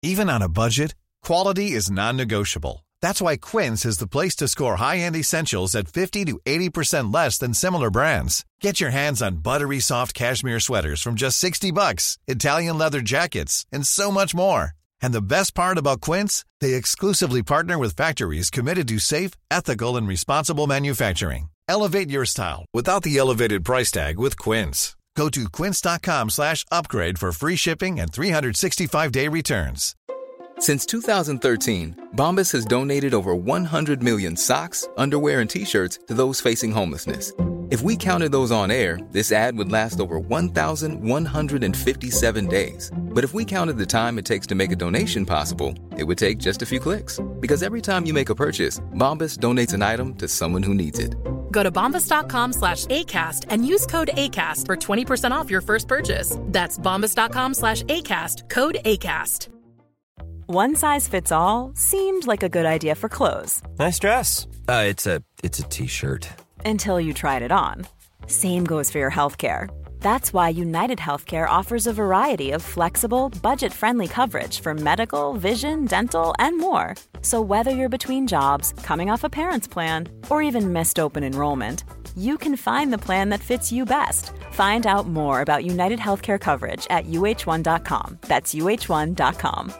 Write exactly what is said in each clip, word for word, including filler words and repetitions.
Even on a budget, quality is non-negotiable. That's why Quince is the place to score high-end essentials at fifty to eighty percent less than similar brands. Get your hands on buttery soft cashmere sweaters from just sixty bucks, Italian leather jackets, and so much more. And the best part about Quince, they exclusively partner with factories committed to safe, ethical, and responsible manufacturing. Elevate your style without the elevated price tag with Quince. Go to quince.com slash upgrade for free shipping and three sixty-five day returns. Since two thousand thirteen, Bombas has donated over one hundred million socks, underwear, and T-shirts to those facing homelessness. If we counted those on air, this ad would last over one thousand one hundred fifty-seven days. But if we counted the time it takes to make a donation possible, it would take just a few clicks. Because every time you make a purchase, Bombas donates an item to someone who needs it. Go to bombas.com slash ACAST and use code ACAST for twenty percent off your first purchase. That's bombas.com slash ACAST, code ACAST. One size fits all seemed like a good idea for clothes. Nice dress. Uh, it's a it's a t-shirt. Until you tried it on. Same goes for your healthcare. That's why United Healthcare offers a variety of flexible, budget-friendly coverage for medical, vision, dental, and more. So whether you're between jobs, coming off a parent's plan, or even missed open enrollment, you can find the plan that fits you best. Find out more about United Healthcare coverage at U H one dot com. That's U H one dot com.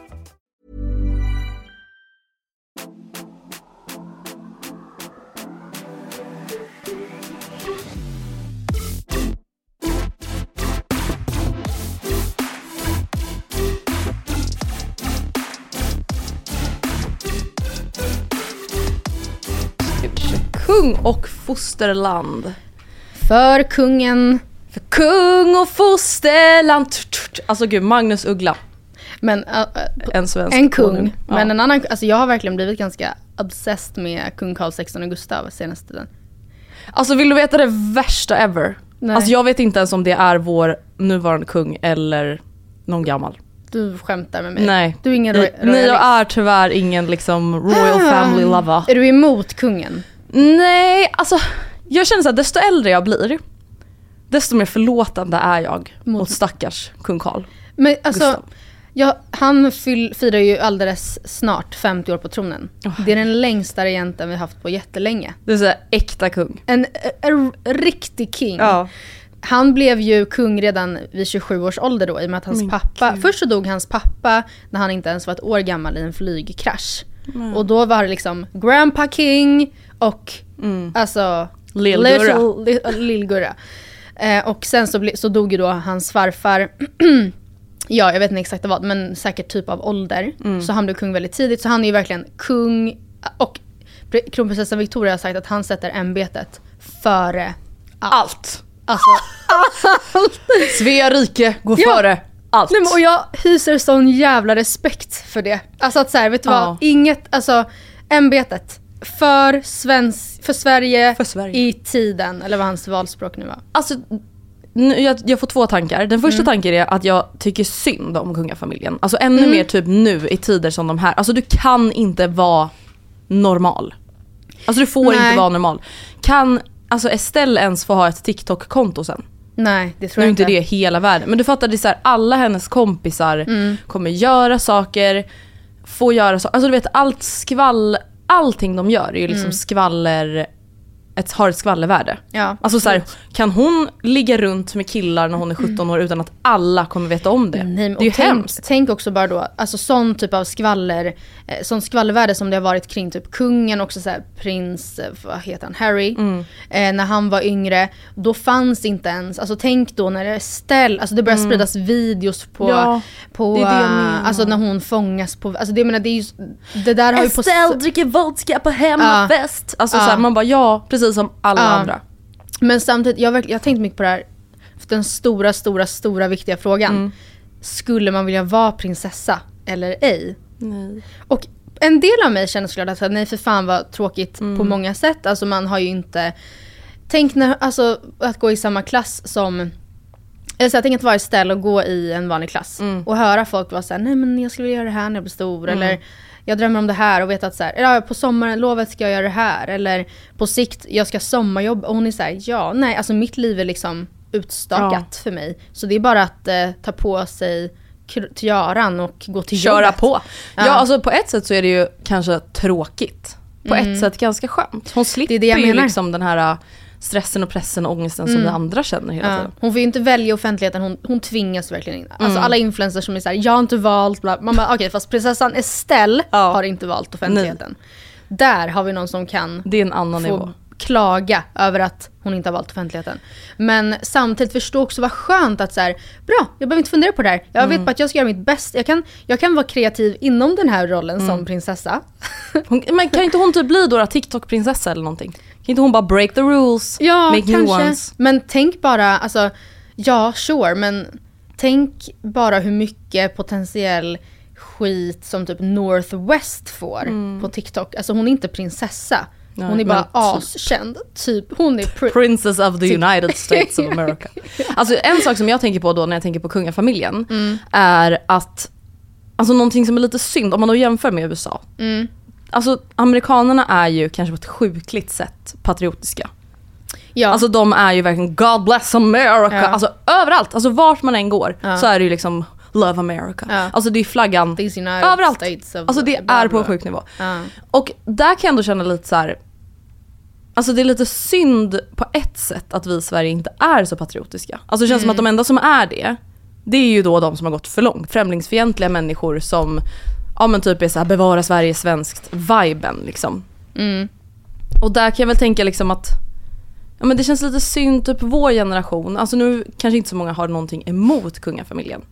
Kung och fosterland. För kungen. För kung och fosterland. Alltså gud, Magnus Uggla. Men uh, en svensk en kung, kung. Ja. Men en annan, alltså jag har verkligen blivit ganska obsessed med kung Carl sextonde Gustav senaste tiden. Alltså vill du veta det värsta ever? Nej. Alltså jag vet inte ens om det är vår nuvarande kung eller någon gammal. Du skämtar med mig. Nej. Du är ingen roy- Nej, jag är tyvärr ingen liksom royal family lover. Är du emot kungen? Nej, alltså jag känner så att desto äldre jag blir, desto mer förlåtande är jag mot, mot stackars kung Carl. Men alltså, ja, han fyll, firar ju alldeles snart femtio år på tronen. Oh. Det är den längsta regenten vi haft på jättelänge. Det är så här, äkta kung. En, en, en riktig king. Ja. Han blev ju kung redan vid tjugosju års ålder då, i och med att hans Min pappa, Gud. först så dog hans pappa när han inte ens var ett år gammal i en flygkrasch. Mm. Och då var det liksom Grandpa King och mm. alltså Lill-Gurra. Lill-Gurra. Eh, och sen så, ble, så dog ju då hans farfar ja, jag vet inte exakt vad, men säkert typ av ålder. Mm. Så han blev kung väldigt tidigt. Så han är ju verkligen kung. Och kronprinsessan Victoria har sagt att han sätter ämbetet före allt. allt. Alltså allt. Svea rike går ja. före allt. Nej, men, och jag hyser sån jävla respekt för det. Alltså att så här, vet du ja. vad? Inget, alltså ämbetet för, svens, för, Sverige för Sverige i tiden. Eller vad hans valspråk nu var. Alltså jag, jag får två tankar. Den första mm. tanken är att jag tycker synd om kungafamiljen. Alltså ännu mm. mer typ nu i tider som de här. Alltså du kan inte vara normal. Alltså du får Nej. inte vara normal. Kan alltså Estelle ens få ha ett TikTok-konto sen? Nej, det tror jag inte. Nu är inte det hela världen. Men du fattar, det är så här, alla hennes kompisar mm. kommer göra saker, få göra saker. Alltså du vet, allt skvall, allting de gör är ju liksom mm. skvaller, ett, har ett skvallervärde. Ja, alltså så här, kan hon ligga runt med killar när hon är sjutton år utan att alla kommer veta om det? Nej, det är ju tänk, hemskt. Tänk också bara då, alltså sån typ av skvaller, eh, sån skvallervärde som det har varit kring typ kungen, också så här, prins, eh, vad heter han, Harry, mm. eh, när han var yngre, då fanns inte ens, alltså tänk då när det ställ, alltså det börjar mm. spridas videos på, ja, på det är det uh, alltså när hon fångas på, alltså det menar det är ju, det där har ju på Estelle dricker vodka på hemmafest. Uh, alltså uh, så här, man bara ja, precis som alla uh, andra. Men samtidigt, jag har, jag har tänkt mycket på det här, den stora, stora, stora viktiga frågan. Mm. Skulle man vilja vara prinsessa eller ej? Nej. Och en del av mig känner såklart att nej för fan vad tråkigt mm. på många sätt. Alltså man har ju inte... Tänk när, alltså, att gå i samma klass som... Eller så jag tänker inte vara istället och gå i en vanlig klass. Mm. Och höra folk vara såhär, nej men jag skulle göra det här när jag blir stor. Mm. Eller jag drömmer om det här och vet att så här, ja, på sommaren, lovet ska jag göra det här. Eller på sikt, jag ska sommarjobba. Och hon är såhär, ja, nej, alltså mitt liv är liksom utstakat ja. för mig. Så det är bara att eh, ta på sig tiaran och gå till Köra jobbet. på. Ja. Ja. Alltså på ett sätt så är det ju kanske tråkigt. På Mm. ett sätt ganska skönt. Hon slipper Det är det jag ju menar. liksom den här stressen och pressen och ångesten som vi andra känner hela Ja. tiden. Hon får ju inte välja offentligheten, hon, hon tvingas verkligen in. Alltså Mm. alla influencers som är såhär, jag har inte valt, bla. Man bara, okej okay, fast prinsessan Estelle Ja. har inte valt offentligheten. Där har vi någon som kan Det är en annan få nivå. klaga över att hon inte har valt offentligheten. Men samtidigt förstå också vad skönt att så här, bra, jag behöver inte fundera på det här. Jag vet bara att jag ska göra mitt bästa. Jag kan, jag kan vara kreativ inom den här rollen Mm. som prinsessa. Hon, men kan inte hon typ bli då TikTok-prinsessa eller någonting? Kan inte hon bara break the rules, Ja, make new kanske. ones? Men tänk bara, alltså, ja, sure, men tänk bara hur mycket potentiell skit som typ Northwest får på TikTok. Alltså hon är inte prinsessa. Nej, Hon är bara men typ. askänd. Typ, hon är pri- Princess of the United States of America. Alltså en sak som jag tänker på då när jag tänker på kungafamiljen Mm. är att, alltså någonting som är lite synd om man då jämför med U S A. Mm. Alltså amerikanerna är ju kanske på ett sjukligt sätt patriotiska. Ja. Alltså de är ju verkligen God bless America. Ja. Alltså överallt, alltså vart man än går Ja. så är det ju liksom Love America. Ja. Alltså det är flaggan These United överallt. States of Alltså det blah, är på en blah. sjuk nivå. Ja. Och där kan jag ändå känna lite så här. Alltså det är lite synd på ett sätt att vi i Sverige inte är så patriotiska. Alltså det känns som att de enda som är det, det är ju då de som har gått för långt. Främlingsfientliga människor som, ja men typ är så här, bevara Sverige svenskt viben liksom. Mm. Och där kan jag väl tänka liksom att, ja men det känns lite synd typ vår generation. Alltså nu kanske inte så många har någonting emot kungafamiljen.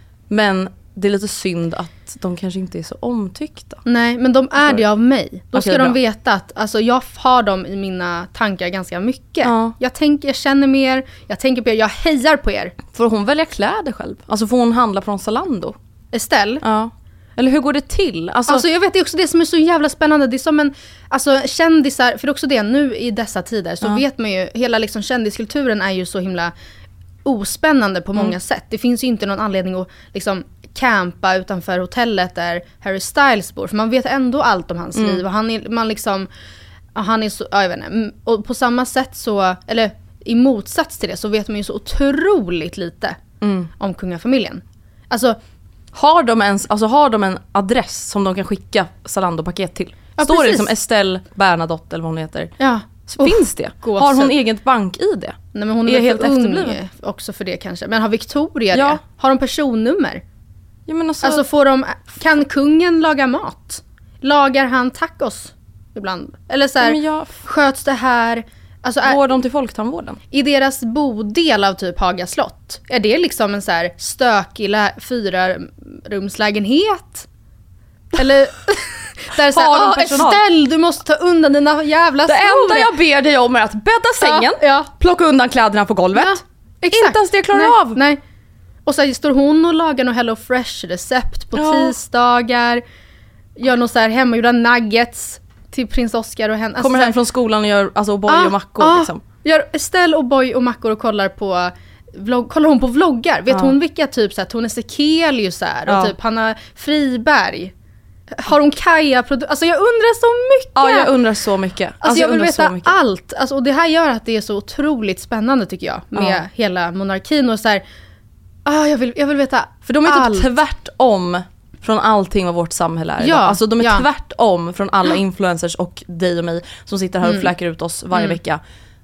Men det är lite synd att de kanske inte är så omtyckta. Nej, men de är det av mig. Då ska Okej, de bra. veta att alltså, jag har dem i mina tankar ganska mycket. Ja. Jag tänker, jag känner mer, jag tänker på er, jag hejar på er. Får hon välja kläder själv? Alltså får hon handla från Zalando? Estelle. Ja. Eller hur går det till? Alltså, Alltså jag vet, det är också det som är så jävla spännande. Det är som en, alltså kändisar, för det är också det nu i dessa tider så Ja. vet man ju, hela liksom kändiskulturen är ju så himla ospännande på många Mm. sätt. Det finns ju inte någon anledning att liksom campa utanför hotellet där Harry Styles bor, för man vet ändå allt om hans Mm. liv och han är, man liksom, ja, han är så, ja, jag vet inte. Mm, och på samma sätt så, eller i motsats till det så vet man ju så otroligt lite Mm. om kungafamiljen. Alltså har, de ens, alltså har de en adress som de kan skicka Zalando-paket till? Ja, Står det precis. liksom Estelle Bernadotte eller vad hon heter? ja. Så finns det? gåshud. Har hon eget bank-I D? Nej, men hon är, Är väl helt för ung efterbliven. också för det kanske. Men har Victoria Ja. det? Har de personnummer? Ja, men alltså, Alltså får de, kan kungen laga mat? Lagar han tacos ibland? Eller så här, ja, men jag, sköts det här? Alltså är, går de till folktandvården? i deras bodel av typ Haga slott, är det liksom en så här stökig lä- fyra rumslägenhet? Eller där så här, Har de "Ah, personal?" Estelle, du måste ta undan dina jävla Det skor." enda jag ber dig om är att bädda sängen, Ja, ja. plocka undan kläderna på golvet. Ja, exakt. Inte ens det klarar nej, jag av. Nej. Och så står hon och lagar något Hello Fresh recept på Ja. tisdagar. Gör något så här hemmagjorda nuggets till prins Oscar och henne. Alltså Kommer så här- hem från skolan och gör alltså, O'boy Ah, och mackor ah, liksom. Gör Estelle och Boy och mackor och kollar på vlogg, kollar hon på vloggar. Vet Ja. hon vilka typ så här Tone Sekelius är och Ja. typ Hanna Friberg. Har hon Kaja produ- Alltså jag undrar så mycket. Ja, jag undrar så mycket. Alltså, jag vill undrar så veta mycket. allt. Alltså, och det här gör att det är så otroligt spännande tycker jag. Med Ja. hela monarkin och så här. Ah, jag, vill, jag vill veta För de är allt. typ tvärtom från allting vad vårt samhälle är Ja, idag. Alltså de är ja. tvärtom från alla influencers och dig och mig som sitter här och Mm. fläker ut oss varje vecka.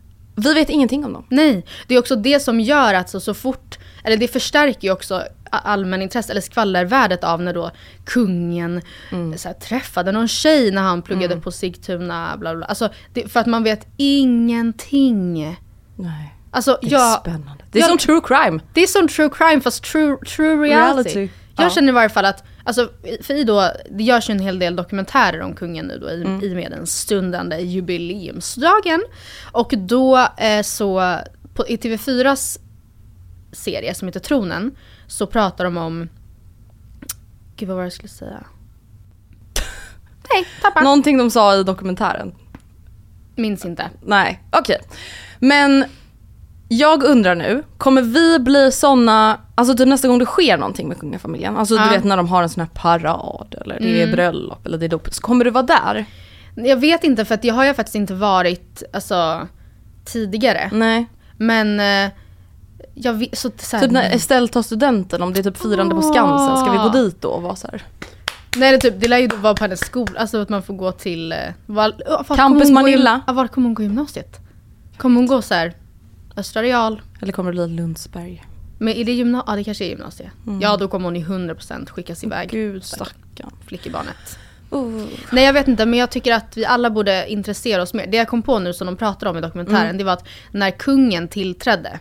Vi vet ingenting om dem. Nej, det är också det som gör att så, så fort, eller det förstärker ju också allmänintresse eller skvallervärdet av när då kungen Mm. så här, träffade någon tjej när han pluggade på Sigtuna, bla bla. Alltså, det, för att man vet ingenting. Nej. Alltså, Det är jag, spännande. Det är jag- som true crime. Det är som true crime fast true, true reality. Reality. Jag Ja. känner i varje fall att, alltså, för i då, det görs ju en hel del dokumentärer om kungen nu då i, Mm. i med den stundande jubileumsdagen. Och då eh, så, på, i T V fyras serie som heter Tronen, så pratar de om, gud vad var det jag skulle säga? Nej, tappa. Någonting de sa i dokumentären. Minns inte. Nej, okej. Men jag undrar nu, kommer vi bli såna, alltså typ nästa gång det sker någonting med kungafamiljen, alltså Ja. du vet när de har en sån här parad eller det är Mm. bröllop eller det är dop, så kommer du vara där? Jag vet inte, för att jag har ju faktiskt inte varit alltså, tidigare. Nej. Men eh, Jag vet, så, så här, Typ när Estelle tar studenten, om det är typ firande på Skansen, ska vi gå dit då och vara så här? Nej, det, typ, det lär ju då vara på hennes skola, alltså att man får gå till... Var, var, Campus Manilla. Ja, var kommer hon gå gymnasiet? Kommer hon gå så här Östra Real? Eller kommer det bli Lundsberg? Men är det gymnasiet? Ja, det kanske är gymnasiet. Mm. Ja, då kommer hon ju hundra procent skickas iväg. Gud, stackarn. Flickebarnet. Oh. Nej, jag vet inte, men jag tycker att vi alla borde intressera oss mer. Det jag kom på nu som de pratar om i dokumentären, mm. det var att när kungen tillträdde,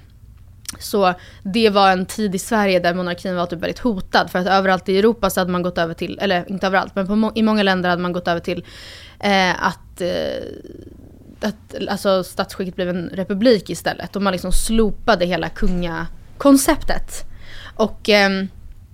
så det var en tid i Sverige där monarkin var typ väldigt hotad. För att överallt i Europa så hade man gått över till, eller inte överallt, men på må- i många länder hade man gått över till eh, att, eh, att alltså, statsskicket blev en republik istället. Och man liksom slopade hela kungakonceptet. Och eh,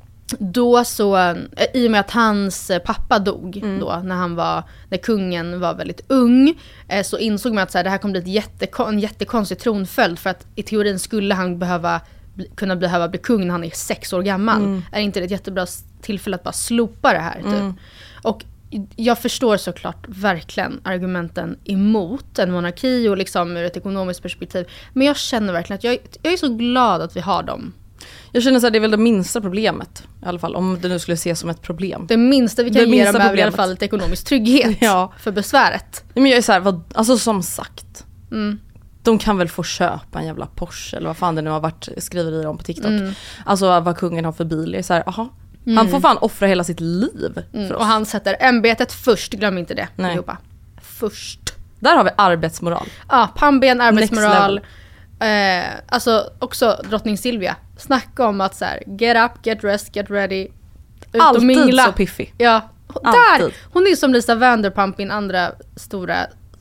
då så, i och med att hans pappa dog mm. då, när han var, när kungen var väldigt ung, eh, så insåg man att så här, det här kommer bli ett jätte, en jättekonstig tronföljd, för att i teorin skulle han behöva bli, kunna behöva bli kung när han är sex år gammal. Mm. Är inte det ett jättebra tillfälle att bara slopa det här typ? Mm. Och jag förstår såklart verkligen argumenten emot en monarki och liksom ur ett ekonomiskt perspektiv, men jag känner verkligen att jag, jag är så glad att vi har dem. Jag känner att det är väl det minsta problemet i alla fall, om det nu skulle ses som ett problem. Det minsta vi kan det ge dem är i alla fall lite ekonomisk trygghet ja. för besväret. Men jag är så här, vad, alltså som sagt, mm. de kan väl få köpa en jävla Porsche eller vad fan det nu har varit skriverier om på TikTok. Mm. Alltså vad kungen har för bil. Det är så här, aha, mm. han får fan offra hela sitt liv mm. för oss. Och han sätter ämbetet först, glöm inte det. Nej. Först. Där har vi arbetsmoral. Ja, pannben, arbetsmoral. Eh, alltså också drottning Silvia. Snacka om att så här, get up, get rest, get ready. Ut Alltid och mingla. så piffig. Ja, Alltid. där! Hon är som Lisa Vanderpump, min andra stora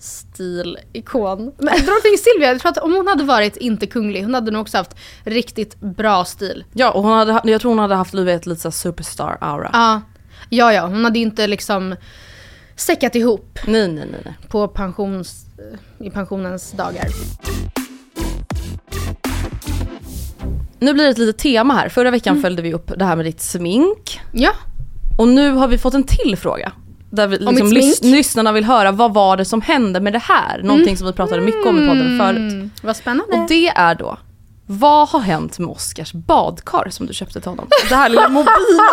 stilikon. Men drottning Silvia, jag tror att om hon hade varit inte kunglig, hon hade nog också haft riktigt bra stil. Ja, och hon hade, jag tror hon hade haft livet lite så superstar-aura. Ja, ja, ja. Hon hade ju inte liksom säckat ihop. Nej, nej, nej. På pensions, i pensionens dagar. Nu blir det ett litet tema här. Förra veckan mm. följde vi upp det här med ditt smink. Ja. Och nu har vi fått en till fråga. Där vi, liksom, lys- lyssnarna vill höra, vad var det som hände med det här? Någonting mm. som vi pratade mycket om i podden förut. Vad spännande. Och det är då, vad har hänt med Oscars badkar som du köpte till honom? Det här lilla mobila.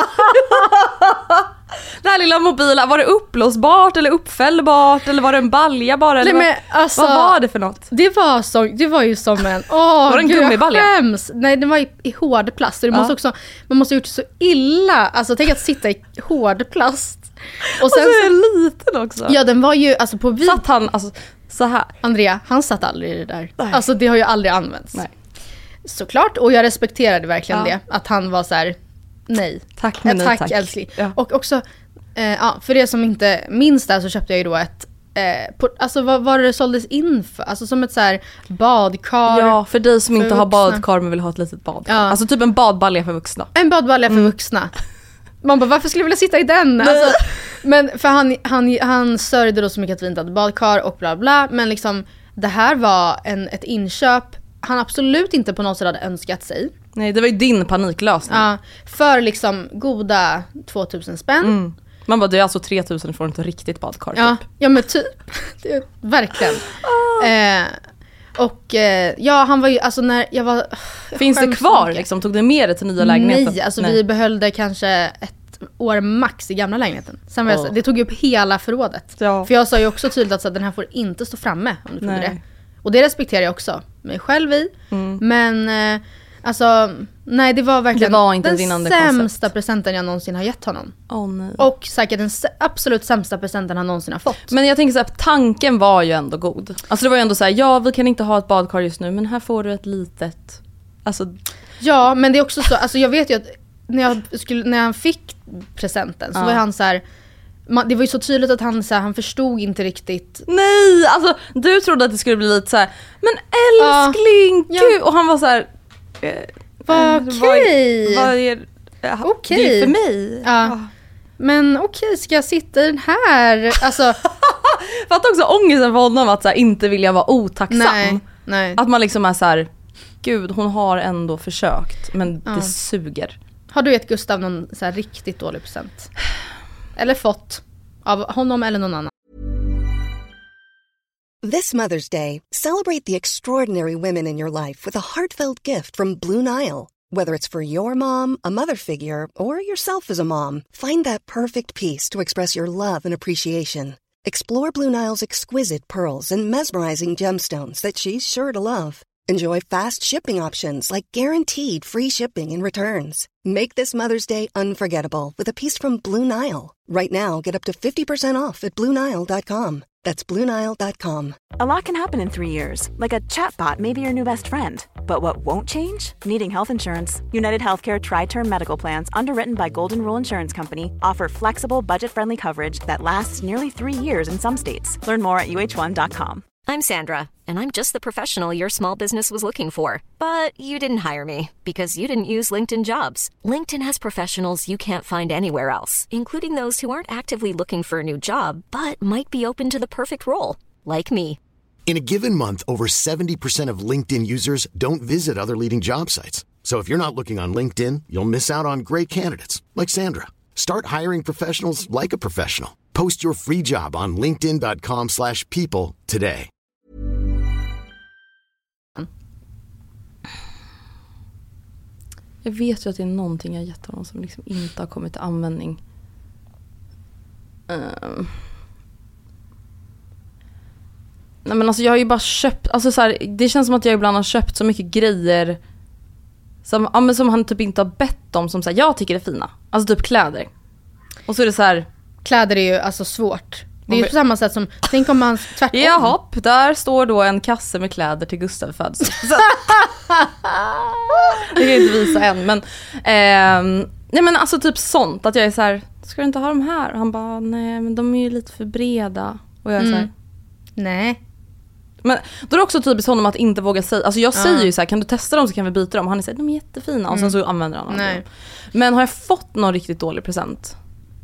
Det här lilla mobila, var det upplåsbart eller uppfällbart? Eller var det en balja bara? Eller Nej, men, alltså, vad var det för något? Det var, så, det var ju som en... Åh, var det en gud, gummibalja? Skäms. Nej, den var i, i hård plast. Och det ja. måste också, man måste ha gjort så illa. Alltså tänk att sitta i hård plast. Och, och sen så är den liten också. Ja, den var ju alltså på vid... Satt han alltså så här? Andrea, han satt aldrig i det där. Nej. Alltså det har ju aldrig använts. Nej. Såklart, och jag respekterade verkligen ja. det. Att han var så här: nej. Tack men nej tack. Tack älskling. Ja. Och också, eh, ja, för det som inte minns där så köpte jag ju då ett eh, på, alltså vad var det såldes in för? Alltså som ett så här badkar. Ja, för dig som för inte har vuxna. badkar men vill ha ett litet badkar. Ja. Alltså typ en badbalja för vuxna. En badbalja för mm. vuxna. Man bara, varför skulle jag vilja sitta i den? Alltså, men för han, han, han sörjde då så mycket att vi inte hade badkar och bla bla. Men liksom, det här var en, ett inköp han absolut inte på något sätt hade önskat sig. Nej, det var ju din paniklösning. Ja, för liksom goda tvåtusen spänn. Mm. Man bara, det är alltså tre tusen för ett riktigt badkar. Ja, typ. ja men typ. Det är, verkligen. Oh. Eh, och eh, ja, han var ju, alltså när jag var... Finns det kvar liksom? Tog det med det till nya lägenheten? Nej, alltså Nej. vi behöll det kanske ett år max i gamla lägenheten. Sen var oh. jag, det tog upp hela förrådet. Ja. För jag sa ju också tydligt att så, den här får inte stå framme om du trodde Nej. det. Och det respekterar jag också mig själv i. Mm. Men eh, alltså, nej det var verkligen det var inte den vinnande sämsta koncept. presenten jag någonsin har gett honom. Oh, nej. Och säkert den absolut sämsta presenten han någonsin har fått. Men jag tänker så här, tanken var ju ändå god. Alltså det var ju ändå så här, ja vi kan inte ha ett badkar just nu, men här får du ett litet. Alltså... Ja, men det är också så, alltså jag vet ju att när, jag skulle, när han fick presenten så ja. var han så här, man, det var ju så tydligt att han, så här, han förstod inte riktigt. Nej, alltså du trodde att det skulle bli lite så här, men älskling, ja. Gud. Och han var så här, eh, vad okej. Vad är eh, okej. Det är för mig. Ja. Oh. Men okej, ska jag sitta i den här? Alltså, för att också ångesten för honom att så här, inte vilja vara otacksam. Nej, nej. Att man liksom är så här, gud hon har ändå försökt, men ja. Det suger. Har du gett Gustav någon så här riktigt dålig present? Eller fått av honom eller någon annan? This Mother's Day, celebrate the extraordinary women in your life with a heartfelt gift from Blue Nile. Whether it's for your mom, a mother figure, or yourself as a mom, find that perfect piece to express your love and appreciation. Explore Blue Nile's exquisite pearls and mesmerizing gemstones that she's sure to love. Enjoy fast shipping options like guaranteed free shipping and returns. Make this Mother's Day unforgettable with a piece from Blue Nile. Right now, get up to fifty percent off at blue nile dot com. That's blue nile dot com. A lot can happen in three years, like a chatbot may be your new best friend. But what won't change? Needing health insurance. United Healthcare Tri-Term Medical Plans, underwritten by Golden Rule Insurance Company, offer flexible, budget-friendly coverage that lasts nearly three years in some states. Learn more at u h one dot com. I'm Sandra, and I'm just the professional your small business was looking for. But you didn't hire me because you didn't use LinkedIn Jobs. LinkedIn has professionals you can't find anywhere else, including those who aren't actively looking for a new job, but might be open to the perfect role, like me. In a given month, over seventy percent of LinkedIn users don't visit other leading job sites. So if you're not looking on LinkedIn, you'll miss out on great candidates, like Sandra. Start hiring professionals like a professional. Post your free job on linkedin dot com slash people today. Jag vet ju att det är någonting jag gett honom som liksom inte har kommit till användning. Um. Nej men alltså jag har ju bara köpt, alltså så här, det känns som att jag ibland har köpt så mycket grejer som, ja, men som han typ inte har bett om, som så här, jag tycker är fina. Alltså typ kläder. Och så är det så här, kläder är ju alltså svårt. Det är ju på samma sätt som, tänk om man tvärtom. Jaha, där står då en kasse med kläder till Gustav föds. Jag kan inte visa än, men eh, nej men alltså typ sånt, att jag är så här, ska du inte ha de här? Och han bara, nej men de är ju lite för breda. Och jag är mm. så här, nej. Men då är det också typiskt honom att inte våga säga, alltså jag säger uh. ju så här, kan du testa dem så kan vi byta dem. Han är så här, de är jättefina, och sen så använder han nej. dem. Men har jag fått någon riktigt dålig present?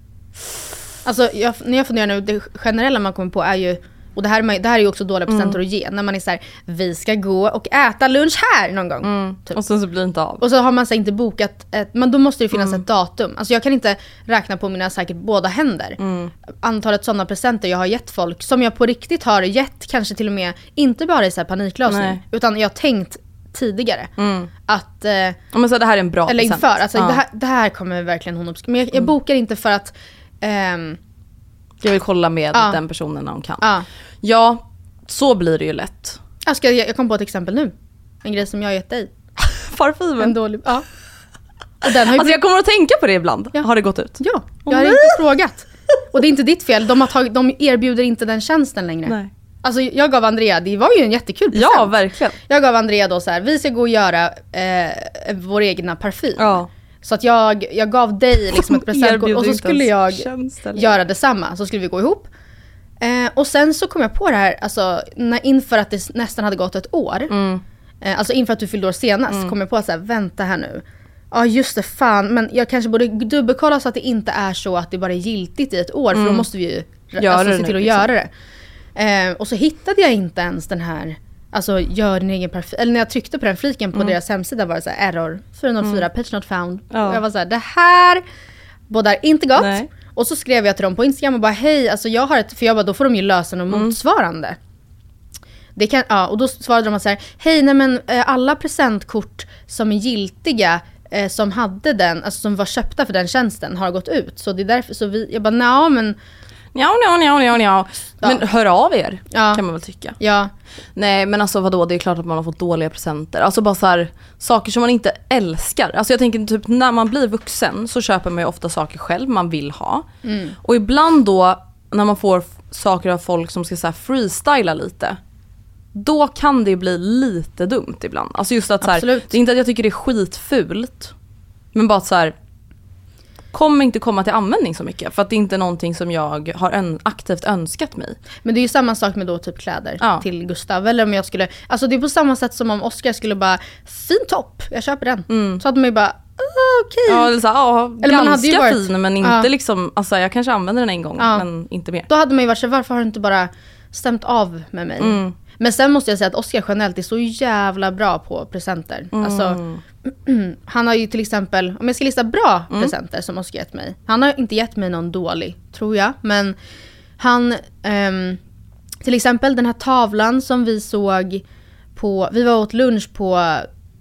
Alltså jag, när jag funderar nu, det generella man kommer på är ju, och det här, det här är ju också dåliga presenter mm. att ge, när man är så här, vi ska gå och äta lunch här någon gång. Mm. Typ. Och sen så blir det inte av. Och så har man så inte bokat ett, men då måste det finnas mm. ett datum. Alltså jag kan inte räkna på mina säkert båda händer. Mm. Antalet sådana presenter jag har gett folk, som jag på riktigt har gett, kanske till och med, inte bara i så här paniklösning, nej. Utan jag har tänkt tidigare mm. att eh, ja, men så det här är en bra eller present. inför, alltså ja. det, här, det här kommer verkligen hon uppskatta. Men jag, jag mm. bokar inte för att ehm, jag vill kolla med ja. den personen när hon kan. Ja. Ja, så blir det ju lätt. Jag, ska, jag, jag kom på ett exempel nu. En grej som jag har gett dig. Parfymen. En dålig, ja. Och den har ju... Alltså jag kommer att tänka på det ibland. Ja. Har det gått ut? Ja, jag har inte frågat. Och det är inte ditt fel. De, har tagit, de erbjuder inte den tjänsten längre. Nej. Alltså jag gav Andrea, det var ju en jättekul present. Ja, verkligen. Jag gav Andrea då så här, vi ska gå och göra eh, vår egna parfym. Ja. Så att jag, jag gav dig liksom ett present och så skulle jag göra detsamma. Så skulle vi gå ihop. Eh, och sen så kom jag på det här, alltså när, inför att det nästan hade gått ett år. Mm. Eh, alltså inför att du fyllde år senast mm. kom jag på att så här, vänta här nu. Ja just det, fan. Men jag kanske borde dubbelkolla så att det inte är så att det bara är giltigt i ett år. Mm. För då måste vi ju alltså, se till att liksom. göra det. Eh, och så hittade jag inte ens den här, alltså gör din egen parfym. Eller när jag tryckte på den fliken på mm. deras hemsida var det så här, error fyra noll fyra, mm. page not found. Ja. Och jag var så här, det här bådar inte gott. Nej. Och så skrev jag till dem på Instagram och bara, hej, alltså jag har ett, för jag bara, då får de ju lösa något mm. motsvarande. Det kan, ja, och då svarade de så här, hej, nej men alla presentkort som är giltiga eh, som hade den, alltså som var köpta för den tjänsten har gått ut. Så det är därför, så vi, jag bara, nej men Ja, ja, ja, ja, ja. Men ja. hör av er, ja. kan man väl tycka. Ja. Nej, men alltså vadå, det är klart att man har fått dåliga presenter. Alltså bara så här, saker som man inte älskar. Alltså jag tänker typ, när man blir vuxen så köper man ju ofta saker själv man vill ha. Mm. Och ibland då, när man får saker av folk som ska så här freestyla lite, då kan det ju bli lite dumt ibland. Alltså just att så här, det är inte att jag tycker det är skitfult, men bara så här, kommer inte komma till användning så mycket. För att det är inte någonting som jag har ön- aktivt önskat mig. Men det är ju samma sak med då typ kläder ja. till Gustav. Eller om jag skulle, alltså det är på samma sätt som om Oscar skulle bara, fin topp, jag köper den. Mm. Så hade man ju bara, okej. Okay. Ja, eller så, ja, eller ganska man hade ju varit, fin, men inte ja. liksom, alltså jag kanske använder den en gång, ja. men inte mer. Då hade man ju varit så, varför har du inte bara stämt av med mig? Mm. Men sen måste jag säga att Oscar generellt är så jävla bra på presenter. Mm. Alltså, han har ju till exempel, om jag ska lista bra mm. presenter som Oscar gett mig. Han har inte gett mig någon dålig, tror jag. Men han, um, till exempel den här tavlan som vi såg på, vi var åt lunch på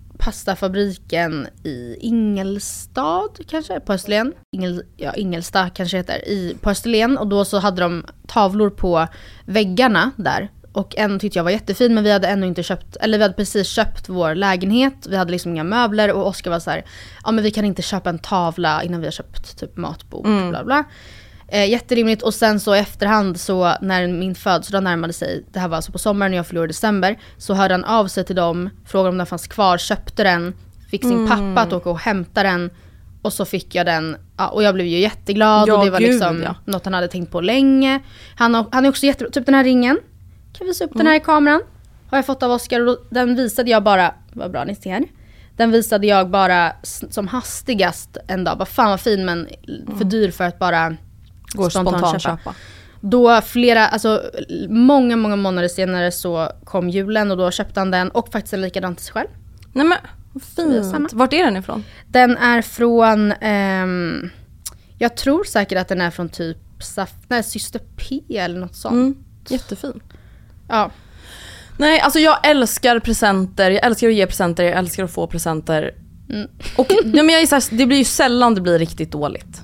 pastafabriken i Ingelstad kanske, på Österlen. Ingel, ja, Ingelstad kanske heter, i, på Österlen. Och då så hade de tavlor på väggarna där. Och en tyckte jag var jättefin, men vi hade ännu inte köpt, eller vi hade precis köpt vår lägenhet. Vi hade liksom inga möbler och Oskar var så här, ja men vi kan inte köpa en tavla innan vi har köpt typ matbord, mm. bla bla. Eh, jätterimligt. Och sen så i efterhand så när min födelsedag närmade sig, det här var alltså på sommaren när jag förlorade i december, så hörde han av sig till dem, frågade om den fanns kvar, köpte den, fick sin mm. pappa att åka och hämta den, och så fick jag den, ja, och jag blev ju jätteglad. Ja, och det var gud, liksom ja. något han hade tänkt på länge. Han, han är också jättebra, typ den här ringen, kan vi visa upp mm. den här i kameran, har jag fått av Oskar, och den visade jag bara, vad bra ni ser, den visade jag bara som hastigast en dag, bara fan vad fin, men för dyr för att bara går spontant, spontant köpa. köpa. Då flera, alltså många, många månader senare så kom julen och då köpte han den och faktiskt en likadan till sig själv. Nej men, fint. Vart är den ifrån? Den är från, ehm, jag tror säkert att den är från typ Saf- nej, Syster P eller något sånt. Mm, jättefin. Ja. Nej, alltså jag älskar presenter, jag älskar att ge presenter, jag älskar att få presenter. Mm. Och ja, men jag är så här, det blir ju sällan det blir riktigt dåligt.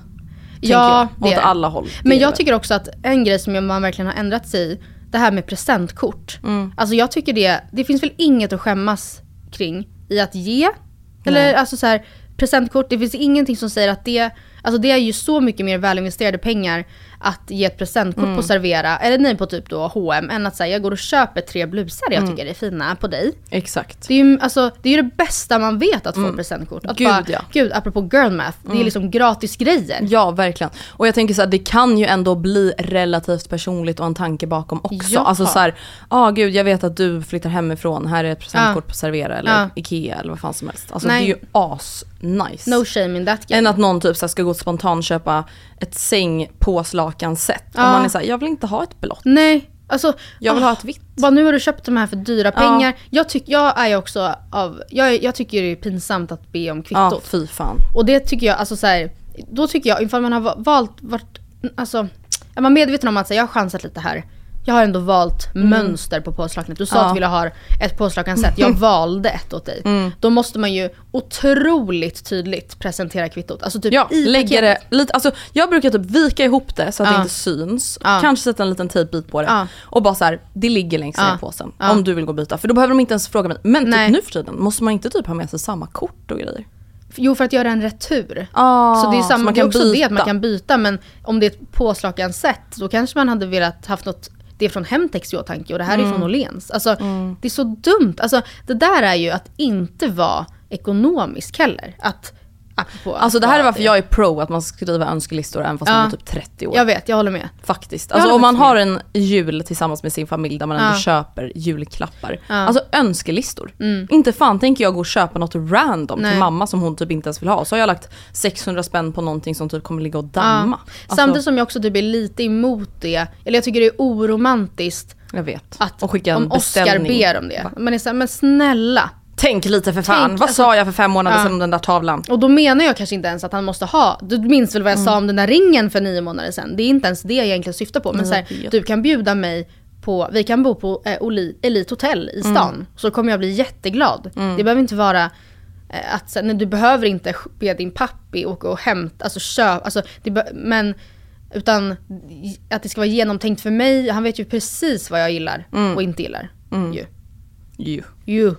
Ja, jag, åt alla håll. Men jag tycker också att en grej som man verkligen har ändrat sig i, det här med presentkort. Mm. Alltså jag tycker det, det finns väl inget att skämmas kring i att ge. Eller Nej. alltså så här, presentkort, det finns ingenting som säger att det, alltså det är ju så mycket mer välinvesterade pengar att ge ett presentkort mm. på Servera, eller nej på typ då H och M, än att säga jag går och köper tre blusar jag mm. tycker är fina på dig. Exakt. Det är ju, alltså, det, är ju det bästa man vet att få mm. presentkort. Att gud, bara, ja. Gud, apropå girl math, mm. det är liksom gratis grejer. Ja, verkligen. Och jag tänker så här, det kan ju ändå bli relativt personligt och en tanke bakom också. Ja. Alltså så här, ah gud, jag vet att du flyttar hemifrån, här är ett presentkort ja. på Servera eller ja. Ikea eller vad fan som helst. Alltså Nej. det är ju as nice. No shame in that game. Än att någon typ så här, ska gå spontant köpa ett sängpåslakan set. Ja. Om man är så här, jag vill inte ha ett blått. Nej, alltså jag vill oh, ha ett vitt. Bara nu har du köpt de här för dyra pengar. Ja. Jag tycker jag är också av jag jag tycker det är pinsamt att be om kvittot. Ja, fy fan. Och det tycker jag alltså så här, då tycker jag ifall man har valt vart alltså är man medveten om att så här, jag har chansat lite här. Jag har ändå valt mm. mönster på påslakanet. Du sa ja. att du ville ha ett påslakansätt. Jag valde ett åt dig. Mm. Då måste man ju otroligt tydligt presentera kvittot. Alltså typ ja, i lägger det lite, alltså jag brukar typ vika ihop det så att ja. det inte syns. Ja. Kanske sätta en liten tejpbit på det. Ja. Och bara så här, det ligger längst ner ja. i påsen. Ja. Om du vill gå och byta. För då behöver de inte ens fråga mig. Men typ nu för tiden måste man inte typ ha med sig samma kort och grejer. Jo, för att göra en retur. Ah, så det är, samma, man det är kan också byta. det att man kan byta. Men om det är ett påslakansätt, då kanske man hade velat haft något. Det är från Hemtex i åtanke och det här mm. är från Åhléns. Alltså, mm. det är så dumt. Alltså, det där är ju att inte vara ekonomisk heller. Att, alltså det här är varför det. jag är pro att man ska skriva önskelistor även fast ja. man är typ trettio år. Jag vet, jag håller med. Faktiskt. Alltså om man har en jul tillsammans med sin familj där man ja. ändå köper julklappar. Ja. Alltså önskelistor. Mm. Inte fan tänker jag gå och köpa något random Nej. till mamma som hon typ inte ens vill ha. Så har jag lagt sexhundra spänn på någonting som typ kommer ligga och damma. Ja. Alltså, samtidigt som jag också typ är lite emot det. Eller jag tycker det är oromantiskt. Jag vet. Att och skicka en om Oskar ber om det. Man är så här, men snälla. Tänk lite för fan. Tänk, Vad alltså, sa jag för fem månader ja. sedan om den där tavlan? Och då menar jag kanske inte ens att han måste ha. Du minns väl vad jag mm. sa om den där ringen för nio månader sedan. Det är inte ens det jag egentligen syftar på. Men mm, så här, du kan bjuda mig på, vi kan bo på eh, Oli, Elite Hotel i stan. Mm. Så kommer jag bli jätteglad. Mm. Det behöver inte vara eh, att så, nej, du behöver inte be din pappi åka och hämta, alltså köp, alltså, det be- men utan att det ska vara genomtänkt för mig. Han vet ju precis vad jag gillar mm. och inte gillar. Mm. Ju. Ju. Ju.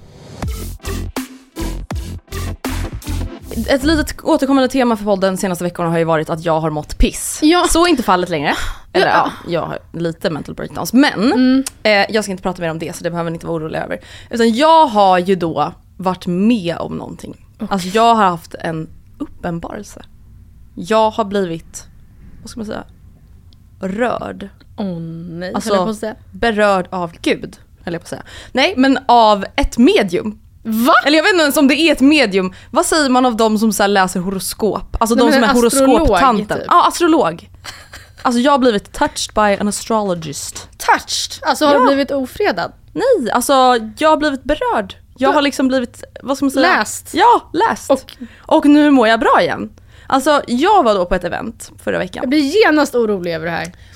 Ett litet återkommande tema för podden senaste veckorna har ju varit att jag har mått piss. Ja. Så är inte fallet längre. Eller ja, ja jag har lite mental breakdowns. Men mm. eh, jag ska inte prata mer om det, så det behöver ni inte vara oroliga över. Utan jag har ju då varit med om någonting. Okay. Alltså jag har haft en uppenbarelse. Jag har blivit, vad ska man säga, rörd. Åh oh, nej, alltså jag på att säga. berörd av Gud, höll jag på att säga. Nej, men av ett medium. Va? Eller jag vet inte ens om det är ett medium. Vad säger man av de som så här läser horoskop? Alltså Nej, de som är horoskoptanten. Typ. Ja, astrolog. Alltså jag har blivit touched by an astrologist. Touched? Alltså har ja. du blivit ofredad? Nej, alltså jag har blivit berörd. Jag har liksom blivit, vad ska man säga? Läst? Ja, läst. Och, och nu mår jag bra igen. Alltså jag var då på ett event förra veckan. Jag blir genast orolig över det här.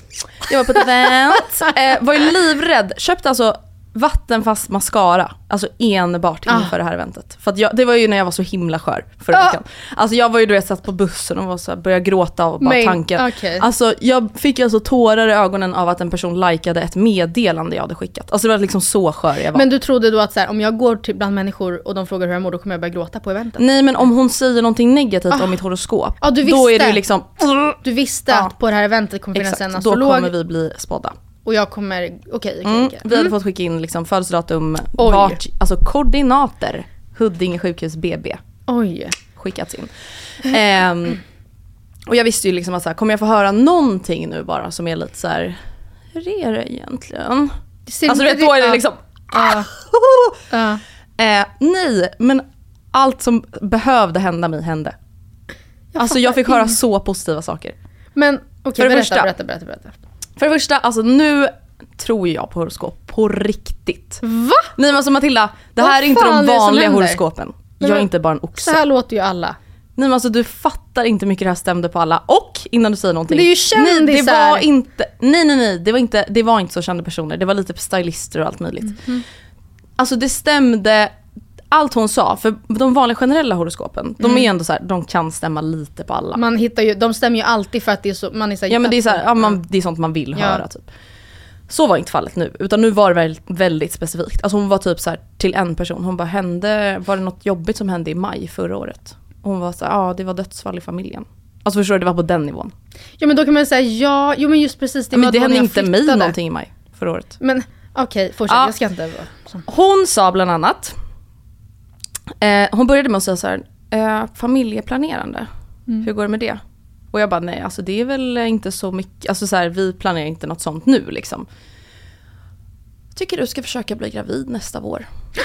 Jag var på ett event. Eh, var ju livrädd. Köpte alltså vattenfast mascara. Alltså enbart inför ah. det här eventet. För att jag, det var ju när jag var så himla skör förra ah. veckan. Alltså jag var ju du vet satt på bussen och var så här, började gråta och bara Men, tanken. Okay. Alltså jag fick ju alltså tårar i ögonen av att en person likade ett meddelande jag hade skickat. Alltså det var liksom så skör jag var. Men du trodde då att så här, om jag går till bland människor och de frågar hur jag mår, då kommer jag börja gråta på eventet? Nej, men om hon säger någonting negativt ah. om mitt horoskop, ah, du då är det ju liksom... Du visste ah. att på det här eventet kommer finnas en astrolog. Då kommer vi bli spådda. Och jag kommer, okej, okay, okay, mm, okay. Vi hade mm. fått skicka in liksom födelsedatum, vart, alltså koordinater, Huddinge sjukhus B B. Oj. Skickats in. Um, och jag visste ju liksom att så här, kommer jag få höra någonting nu bara som är lite så här, hur är det egentligen? Det alltså vet, då är det liksom... Uh. uh. Uh, nej, men allt som behövde hända mig hände. Jag alltså jag fick höra så positiva saker. Men okej, okay, berätta, första, berätta, berätta, berätta. För det första, alltså nu tror jag på horoskop på riktigt. Va? Nej men alltså Matilda, det här är inte de vanliga horoskopen. Jag är inte bara en oxe. Så här låter ju alla. Nej men alltså du fattar inte hur mycket det här stämde på alla. Och innan du säger någonting. Det är ju kändisar. Nej, det var inte, nej nej nej, det var inte, det var inte så kända personer. Det var lite stylister och allt möjligt. Mm-hmm. Alltså det stämde allt hon sa, för de vanliga generella horoskopen, mm. de är ändå så här, de kan stämma lite på alla. Man hittar ju, de stämmer ju alltid för att det är så, man är så här, ja men det är så här, ja, man, det är sånt man vill ja. höra typ. Så var inte fallet nu, utan nu var det väldigt, väldigt specifikt. Alltså hon var typ så här till en person, hon bara hände, var det något jobbigt som hände i maj förra året? Och hon var så här, ja det var dödsfall i familjen. Alltså förstår du, det var på den nivån. Ja men då kan man säga, ja, jo men just precis det. Ja, men det hände inte mig någonting i maj förra året. Men okej, okay, fortsätt, ja. jag ska inte vara. Hon sa bland annat, Eh, hon började med att säga så här, eh, familjeplanerande, mm. hur går det med det? Och jag bara, nej alltså det är väl inte så mycket, alltså så här, vi planerar inte något sånt nu liksom. Tycker du ska försöka bli gravid nästa vår?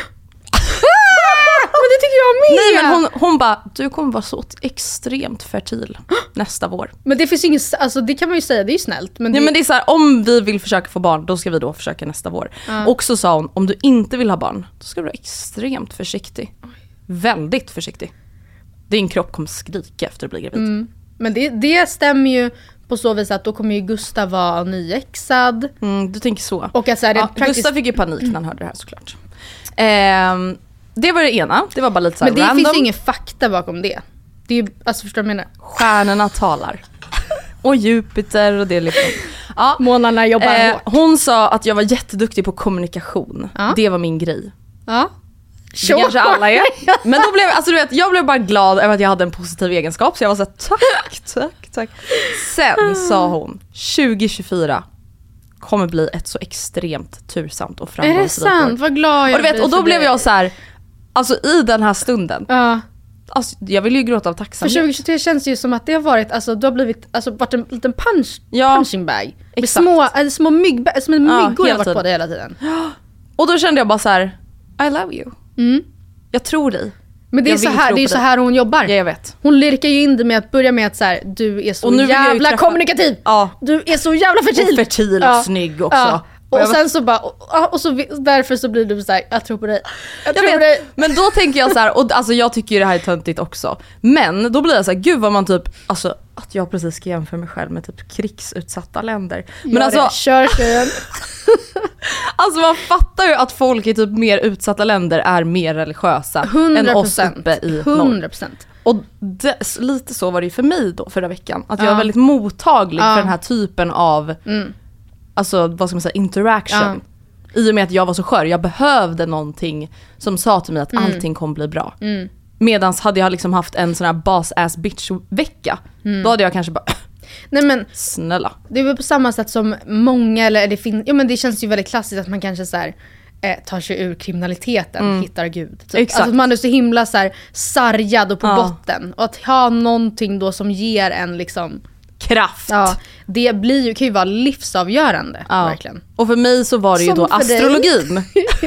Men det tycker jag med! Nej men hon, hon bara, du kommer vara så extremt fertil nästa vår. Men det finns ju inget, alltså det kan man ju säga, det är ju snällt. Men det, ja, men det är så här, om vi vill försöka få barn, då ska vi då försöka nästa vår. Uh. Och så sa hon, om du inte vill ha barn, då ska du vara extremt försiktig. Oj. Väldigt försiktig. Din kropp kommer skrika efter att bli gravid. Mm. Men det, det stämmer ju på så vis att då kommer ju Gustav vara nyexad. Mm, du tänker så. Och att så här, det ja, praktiskt... Gustav fick ju panik när han hörde det här såklart. Ehm, det var det ena. Det var bara lite så här men det random. finns ju ingen fakta bakom det. Det är ju, alltså förstår du vad jag menar? Stjärnorna talar. Och Jupiter och det är liksom... Ja. Månaderna jobbar eh, hårt. Hon sa att jag var jätteduktig på kommunikation. Ja. Det var min grej. Ja. Det kanske alla är. Men då blev, alltså du vet, jag blev bara glad över att jag hade en positiv egenskap. Så jag var så här, tack, tack, tack. Sen sa hon, tjugo tjugofyra kommer bli ett så extremt tursamt och framgångsrikt år. Är det sant? Vad glad jag och, du vet, och då blev jag så här, alltså i den här stunden. Ja. Alltså, jag vill ju gråta av tacksamhet. För tjugo tjugotre känns det ju som att det har varit, alltså du har blivit, alltså varit en liten punch, ja, punching bag. Med små, äh, små mygg, som en ja, myggor har varit på det hela tiden. Och då kände jag bara så här, I love you. Mm. Jag tror dig. Men det är, så här, det är så här hon jobbar. Ja, jag vet. Hon lirkar ju in det med att börja med att så här, du är så jävla träffa... kommunikativ. Ja. Du är så jävla fertil. Och fertil och ja. snygg också. Ja. Och, och sen så bara, och, och så därför så blir du så här, jag tror på dig. Jag, jag tror på dig. Men då tänker jag så här, och alltså jag tycker ju det här är töntigt också. Men då blir jag så här, gud vad man typ, alltså att jag precis ska jämföra mig själv med typ krigsutsatta länder. Men Gör alltså, det. Kör tjejen. Alltså man fattar ju att folk i typ mer utsatta länder är mer religiösa hundra procent än oss uppe i hundra procent. Och det, lite så var det ju för mig då förra veckan. Att jag ja. är väldigt mottaglig ja. för den här typen av mm. alltså vad ska man säga, interaction. Ja. I och med att jag var så skör, jag behövde någonting som sa till mig att mm. allting kommer bli bra. Mm. Medans hade jag liksom haft en sån här boss ass bitch vecka, mm. då hade jag kanske bara nej men snälla. Det är väl på samma sätt som många, eller det finns, ja men det känns ju väldigt klassiskt att man kanske så här eh, tar sig ur kriminaliteten, mm. hittar Gud. Typ. Exakt. Alltså man är så himla så här sargad och på ja. botten, och att ha någonting då som ger en liksom kraft. Ja, det blir ju, kan ju vara livsavgörande ja. verkligen. Och för mig så var det ju som då astrologin.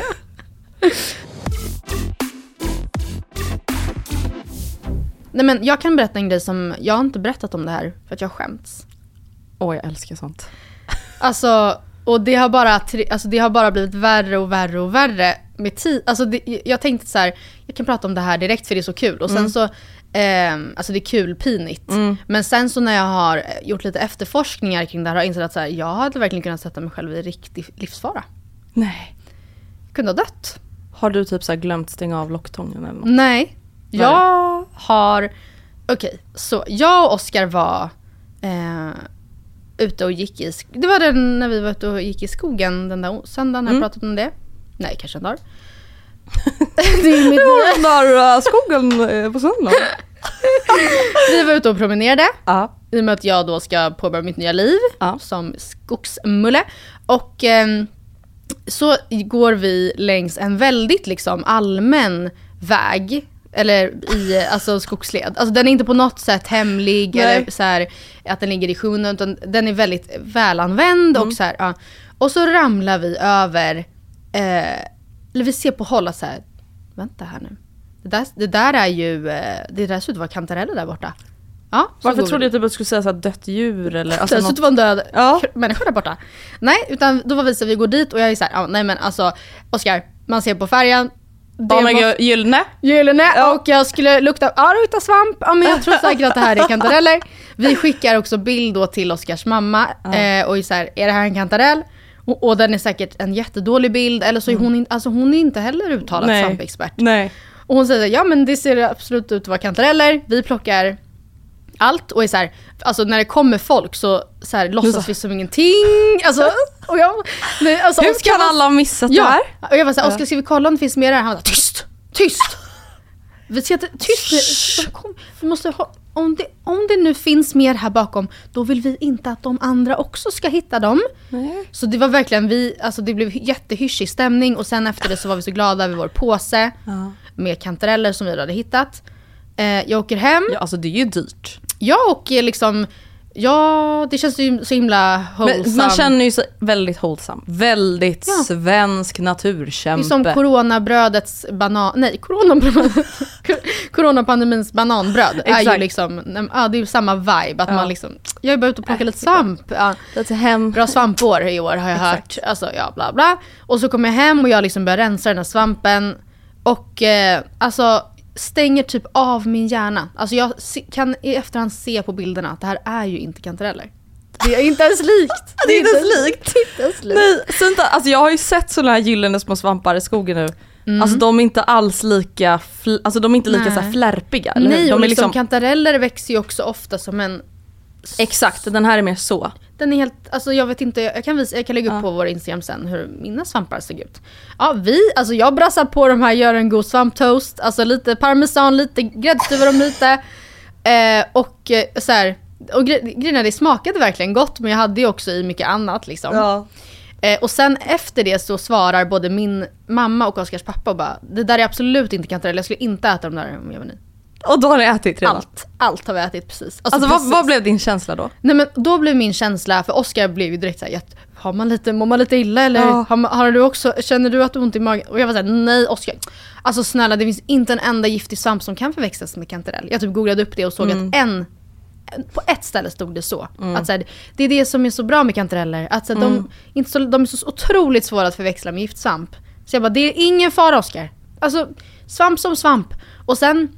Nej men jag kan berätta en grej som jag har inte berättat om det här för att jag skämts. Åh, oh, jag älskar sånt. Alltså, och det har bara alltså det har bara blivit värre och värre och värre med tid. Alltså det, jag tänkte så här, jag kan prata om det här direkt för det är så kul. Och sen mm. så Eh, alltså det är kul pinigt. Mm. Men sen så när jag har gjort lite efterforskningar kring det här har jag insett att så här, jag hade verkligen kunnat sätta mig själv i riktig livsfara. Nej. Jag kunde ha dött. Har du typ så här glömt stänga av locktången eller något? Nej. Jag har... Okej, okay, så jag och Oskar var eh, ute och gick i... Det var den när vi var ute och gick i skogen den där söndagen. Har jag mm. pratat om det? Nej, kanske en dag. Det är mitt den där uh, skogen på söndag. Vi var ute och promenerade. Ja. I och med att jag då ska påbörja mitt nya liv ja. som skogsmulle. Och eh, så går vi längs en väldigt liksom allmän väg. Eller i alltså skogsled. Alltså den är inte på något sätt hemlig. Nej. Eller så här, att den ligger i sjunden. Utan den är väldigt välanvänd. Mm. Och, så här, ja. Och så ramlar vi över... Eh, eller vi ser på håll så här, vänta här nu. Det där, det där är ju, det där ser ut att vara kantareller där borta. Ja, varför trodde jag typ att du skulle säga så här dött djur eller alltså det ser ut att vara en död ja. människa där borta. Nej, utan då var vi så vi går dit och jag är så här, ja, nej men alltså Oskar, man ser på färgen. Det oh var gyllene. Gyllene ja. Och jag skulle lukta, ja det luktar svamp. Ja men jag tror säkert att det här är kantareller. Vi skickar också bild då till Oskars mamma ja. eh, och är så här, är det här en kantarell? Och, och den är säkert en jättedålig bild. Eller så är hon, in, alltså hon är inte heller uttalad svampexpert. Nej. Och hon säger, ja men det ser absolut ut att vara kantareller. Vi plockar allt och är så här, alltså när det kommer folk så, så här, låtsas så. vi som ingenting. Alltså, och jag, nej, alltså, hur kan alla ha missat ja. det här? Och jag var så här, Oskar, ska vi kolla om det finns mer där? Han var tyst, tyst. Vi ser att tyst, kom, vi måste ha, om, det, om det nu finns mer här bakom, då vill vi inte att de andra också ska hitta dem. Nej. Så det var verkligen, vi, alltså det blev jättehyschig stämning. Och sen efter det så var vi så glada över vår påse ja. med kantareller som vi hade hittat. eh, Jag åker hem. Ja, alltså det är ju dyrt. Ja, och liksom ja, det känns ju så himla wholesome. Man känner ju sig väldigt wholesome. Väldigt ja. svensk naturkämpe. Det är som coronabrödets banan... Nej, coronabrödet. Coronapandemins bananbröd. Är ju liksom... Ja, det är ju samma vibe. Att ja. man liksom... Jag är bara ute och plocka äh, lite svamp. Ja. Lite hem. Bra svampår i år har jag hört. Alltså, ja, bla bla. Och så kommer jag hem och jag liksom börjar rensa den här svampen. Och eh, alltså... stänger typ av min hjärna. Alltså jag kan i efterhand se på bilderna att det här är ju inte kantareller. Det är inte ens likt. Det är inte ens likt. Det är inte ens likt. Nej, så inte, alltså jag har ju sett såna här gyllene små svampar i skogen nu. Mm. Alltså de är inte alls lika fl- alltså de är inte lika Nej. så här flärpiga. Eller Nej, de och är liksom, liksom kantareller växer ju också ofta som en... Exakt, den här är mer så. Den är helt, alltså jag vet inte, jag kan visa, jag kan lägga upp ja. på vår Instagram sen hur mina svampar ser ut. Ja, vi, alltså jag brassar på de här, gör en god svamptoast, alltså lite parmesan, lite gräddstuvor och lite. Eh, och så här, och grejerna, det smakade verkligen gott, men jag hade ju också i mycket annat liksom. Ja. Eh, och sen efter det så svarar både min mamma och Oskars pappa och bara, det där är absolut inte kantareller, jag skulle inte äta dem där om jag var ny. Och då har ni ätit redan? Allt, allt har vi ätit precis. Alltså, alltså vad, vad blev din känsla då? Nej men då blev min känsla, för Oskar blev ju direkt såhär, har man lite, mår man lite illa eller ja. har, har du också, känner du att du har ont i magen? Och jag var såhär, nej Oskar, alltså snälla det finns inte en enda giftig svamp som kan förväxlas med kantarell. Jag typ googlade upp det och såg mm. att en, på ett ställe stod det så. Mm. Att såhär, det är det som är så bra med kantareller, att såhär, mm. de, inte så, de är så otroligt svåra att förväxla med giftsvamp. Så jag bara, det är ingen fara Oskar. Alltså svamp som svamp. Och sen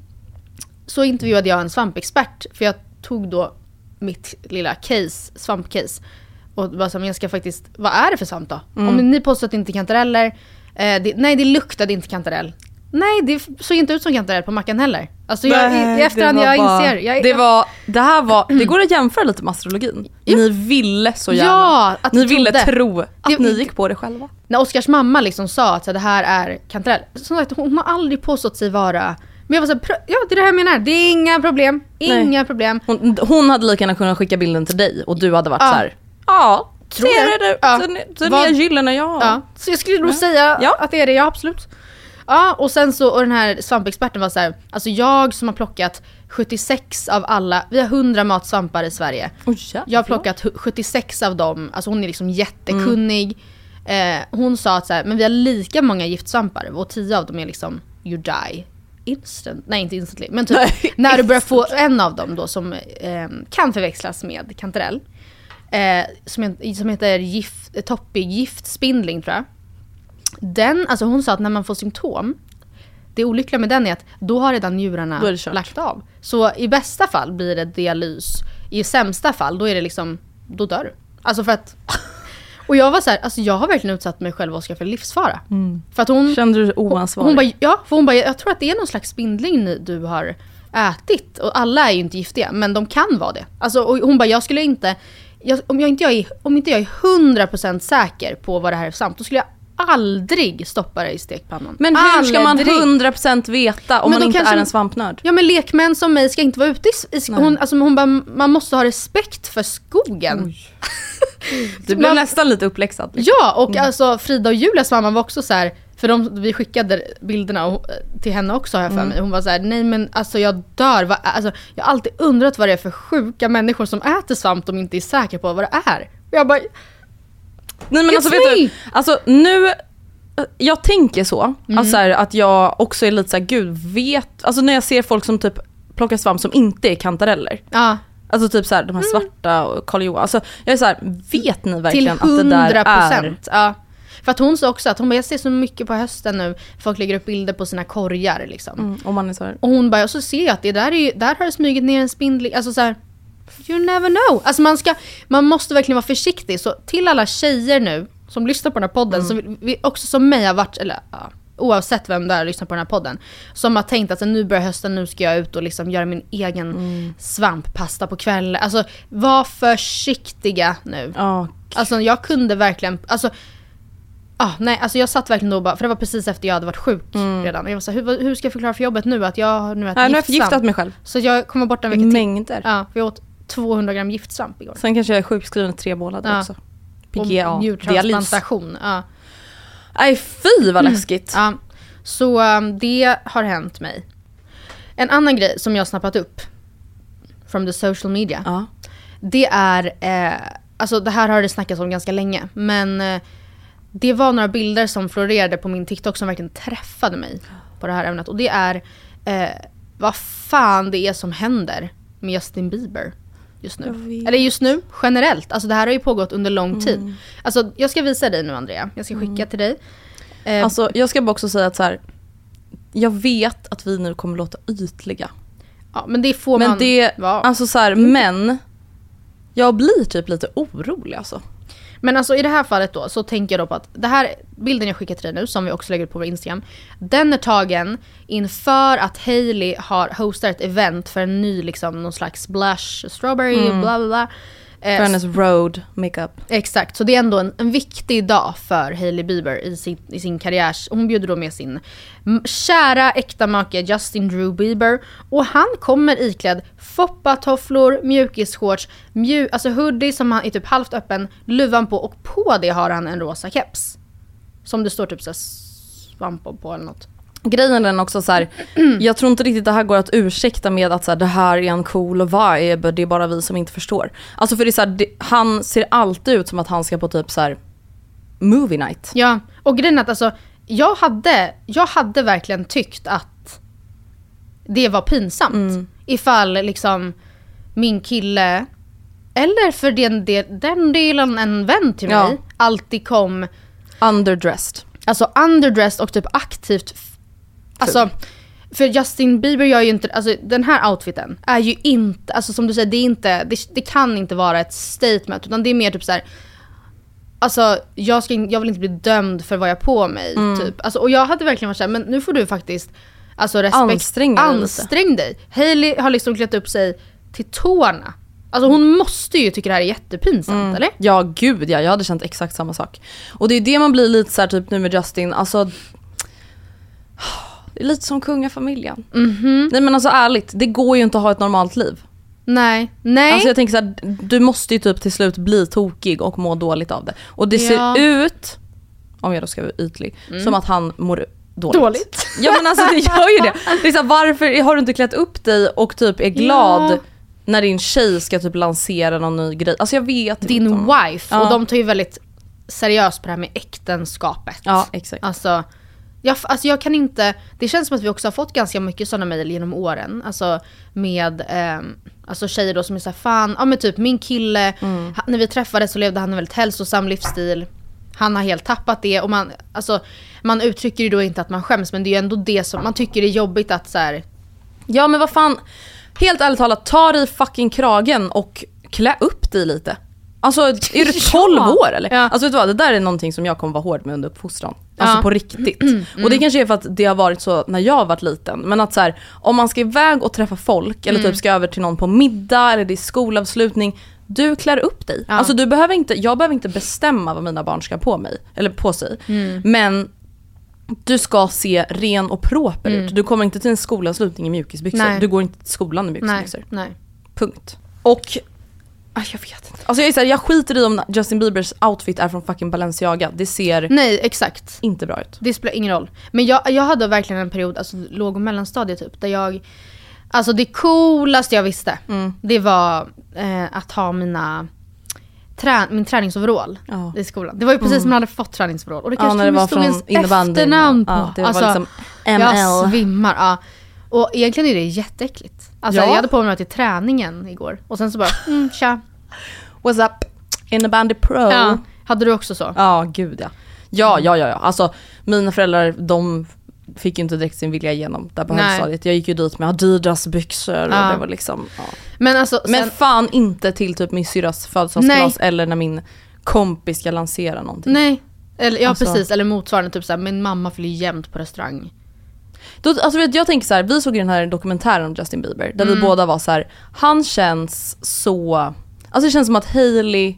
så intervjuade jag en svampexpert, för jag tog då mitt lilla case, svampcase, och bara som jag ska faktiskt, vad är det för svamp då? Mm. Om ni påstår att det inte är kantareller, eh, det, nej det luktade inte kantarell. Nej, det såg inte ut som kantarell på mackan heller. Alltså jag, nej, i, i efterhand jag bara, inser jag, det var, det här var, det går att jämföra lite med astrologin. Ja. Ni ville så gärna. Ja, att ni ville trodde. tro att det, ni gick på det själva. När Oskars mamma liksom sa att så, det här är kantarell, så att hon har aldrig påstått sig vara. Men jag var så här, ja det är det här jag menar. Det är inga problem. Inga Nej. problem. Hon, hon hade lika gärna kunnat skicka bilden till dig. Och du hade varit ja. så här. Ja, tror ser det. Ja. Så, så det är gyllene jag har. Ja. Så jag skulle nog ja. säga ja. att det är det, ja absolut. Ja, och sen så, och den här svampexperten var så här, alltså jag som har plockat sjuttiosex av alla, vi har hundra matsvampar i Sverige. Oh, ja, jag har plockat sjuttiosex av dem, alltså hon är liksom jättekunnig. Mm. Eh, hon sa att så här, men vi har lika många giftsvampar och tio av dem är liksom you die. Instant, nej inte instantly, men typ nej, när du börjar få en av dem då som eh, kan förväxlas med kantarell, eh, som, som heter gift, toppig giftspindling tror jag. Den, alltså hon sa att när man får symptom det olyckliga med den är att då har redan njurarna lagt av. Så i bästa fall blir det dialys. I sämsta fall, då är det liksom, då dör du. Alltså för att... Och jag var så här, alltså jag har verkligen utsatt mig själv och Oskar för livsfara. Mm. För att hon... Kände du dig oansvarig? Hon, hon bara, ja, för hon bara, jag tror att det är någon slags spindling ni, du har ätit. Och alla är ju inte giftiga, men de kan vara det. Alltså, och hon bara, jag skulle inte... Jag, om, jag inte jag är, om inte jag är hundra procent säker på vad det här är för samt, då skulle jag aldrig stoppa det i stekpannan. Men hur aldrig. ska man hundra procent veta om men man inte kanske, är en svampnörd? Ja, men lekmän som mig ska inte vara ute i, i hon, alltså, hon bara, man måste ha respekt för skogen. Du blev man, nästan lite uppläxad. Liksom. Ja, och mm. alltså Frida och Julias mamma var också så här, för de, vi skickade bilderna och, till henne också här för mm. mig. Hon var så här, nej men alltså jag dör. Va, alltså, jag har alltid undrat vad det är för sjuka människor som äter svamp de inte är säkra på vad det är. Och jag bara... Nej men alltså vet du, alltså nu... Jag tänker så, mm. alltså här, att jag också är lite så här, gud vet... Alltså när jag ser folk som typ plockar svamp som inte är kantareller. Ja. Alltså typ så här, de här svarta och Karl Johan. Alltså jag är så här, vet ni verkligen till att det där är... Ja. För att hon sa också att hon bara, jag ser så mycket på hösten nu. Folk lägger upp bilder på sina korgar liksom. Mm, och man är så här. Och hon bara, och så ser jag att det där, är, där har det smugit ner en spindling. Alltså så här, you never know. Alltså man, ska, man måste verkligen vara försiktig. Så till alla tjejer nu som lyssnar på den här podden, mm. som vi också som mig har varit, eller ja, oavsett vem där lyssnar på den här podden, som har tänkt att nu börjar hösten, nu ska jag ut och liksom göra min egen mm. svamppasta på kvällen. Alltså var försiktiga nu. Oh, alltså jag kunde verkligen, alltså ah, nej, alltså jag satt verkligen då bara, för det var precis efter jag hade varit sjuk mm. redan. Och jag var så här, hur, hur ska jag förklara för jobbet nu att jag nu ätit ja, nu har jag förgiftat mig själv. Så jag kommer bort en vecka till. Mängder. Ja, för jag åt tvåhundra gram giftsvamp igår. Sen kanske jag är sjukskriven tre månader ja. också. P G A, och njurtransplantation. Ja. Nej, fy vad läskigt. Mm. Ja. Så um, det har hänt mig. En annan grej som jag har snappat upp from the social media. Ja. Det är, eh, alltså det här har det snackats om ganska länge. Men eh, det var några bilder som florerade på min TikTok som verkligen träffade mig på det här ämnet. Och det är eh, vad fan det är som händer med Justin Bieber just nu. Eller just nu, generellt. Alltså det här har ju pågått under lång mm. tid. Alltså jag ska visa dig nu, Andrea. Jag ska skicka mm. till dig. Eh, alltså jag ska bara också säga att så här, jag vet att vi nu kommer låta ytliga. Ja, men det får men man det, vara. Alltså så här, men jag blir typ lite orolig alltså. Men alltså i det här fallet då så tänker jag då på att det här bilden jag skickar till dig nu, som vi också lägger upp på vår Instagram, den är tagen inför att Hailey har hostat ett event för en ny liksom någon slags blush strawberry mm. bla bla bla. För hennes road makeup. Exakt, så det är ändå en, en viktig dag för Hailey Bieber i sin, i sin karriär. Hon bjuder då med sin kära äkta make Justin Drew Bieber. Och han kommer iklädd foppatofflor, mjukisshorts, mju- alltså hoodie som han är typ halvt öppen, luvan på, och på det har han en rosa keps. Som det står typ så svamp på eller något. Grejen är den också så här, jag tror inte riktigt det här går att ursäkta med att så här, det här är en cool vibe, det är bara vi som inte förstår. Alltså för det är så här, det, han ser alltid ut som att han ska på typ så här movie night. Ja, och grejen är att alltså, jag hade, jag hade verkligen tyckt att det var pinsamt. Mm. Ifall liksom min kille, eller för den, den, den delen en vän till mig, ja. alltid kom underdressed. Alltså underdressed och typ aktivt. Alltså, för Justin Bieber gör ju inte, alltså den här outfiten är ju inte, alltså som du säger, det är inte, det, det kan inte vara ett statement, utan det är mer typ så här, alltså jag, ska, jag vill inte bli dömd för vad jag har på mig mm. typ. Alltså, och jag hade verkligen varit så här, men nu får du faktiskt alltså respekt, ansträng, ansträng dig. Hailey har liksom klätt upp sig till tårna. Alltså hon måste ju tycka det här är jättepinsamt, mm. eller? Ja, gud ja, jag hade känt exakt samma sak. Och det är det man blir lite så här typ nu med Justin, alltså det är lite som kungafamiljen. Mm-hmm. Nej men alltså ärligt, det går ju inte att ha ett normalt liv. Nej, nej. Alltså jag tänker så här, du måste ju typ till slut bli tokig och må dåligt av det. Och det ser ja. ut, om jag då ska vara ytlig, mm. som att han mår dåligt. Dåligt? Ja men alltså det gör ju det. Det är så här, varför har du inte klätt upp dig och typ är glad ja. när din tjej ska typ lansera någon ny grej? Alltså jag vet din inte. Din wife, ja. och de tar ju väldigt seriöst på det här med äktenskapet. Ja, exakt. Alltså Jag, alltså jag kan inte, det känns som att vi också har fått ganska mycket sådana mejl genom åren. Alltså med eh, alltså tjejer då som är så här, fan, ja men typ min kille, mm. han, när vi träffades så levde han en väldigt hälsosam livsstil. han har helt tappat det och man, alltså, man uttrycker ju då inte att man skäms, men det är ju ändå det som man tycker är jobbigt att så här. Ja men vad fan, helt ärligt talat, ta dig fucking kragen och klä upp dig lite. Alltså är du tolv ja. år eller? Ja. Alltså vet du vad, det där är någonting som jag kommer vara hård med under uppfostran. Alltså ja. på riktigt. Mm. Och det kanske är för att det har varit så när jag har varit liten. Men att så här, om man ska iväg och träffa folk eller mm. typ ska över till någon på middag eller det är skolavslutning, du klär upp dig. Ja. Alltså du behöver inte, jag behöver inte bestämma vad mina barn ska på mig eller på sig. Mm. Men du ska se ren och proper mm. ut. Du kommer inte till en skolavslutning i mjukisbyxor. Nej. Du går inte till skolan i mjukisbyxor. Nej. Nej. Punkt. Och jag vet inte. Alltså jag är så här, jag skiter i om Justin Biebers outfit är från fucking Balenciaga. Det ser Nej, exakt. inte bra ut. Det spelar ingen roll. Men jag, jag hade verkligen en period, alltså låg- och mellanstadiet typ, där jag, alltså det coolaste jag visste, mm. det var eh, att ha mina trä, min träningsoverall oh. i skolan. Det var ju precis mm. som man hade fått träningsoverall. Och det kanske ja, det var stod ens efternamn på. Ja, det alltså, var liksom M L. Jag svimmar, ja. Och egentligen är det jätteäckligt. Alltså ja. jag hade på mig till träningen igår. Och sen så bara, mm, tja. What's up? In the Bandy Pro. Ja. Hade du också så? Ja, gud ja. Ja, ja, ja, ja. Alltså mina föräldrar, de fick ju inte direkt sin vilja igenom där på högstadiet. Jag gick ju dit med Adidas byxor ja. och det var liksom ja. Men alltså sen... Men fan inte till typ min syrras födelsedagskalas eller när min kompis ska lansera någonting. Nej. Eller ja, alltså... precis, eller motsvarande typ så här, min mamma fyller jämt på restaurang. Då, alltså vet, jag tänker så här, vi såg ju den här dokumentären om Justin Bieber där mm. vi båda var så här, han känns så, alltså det känns som att Hailey,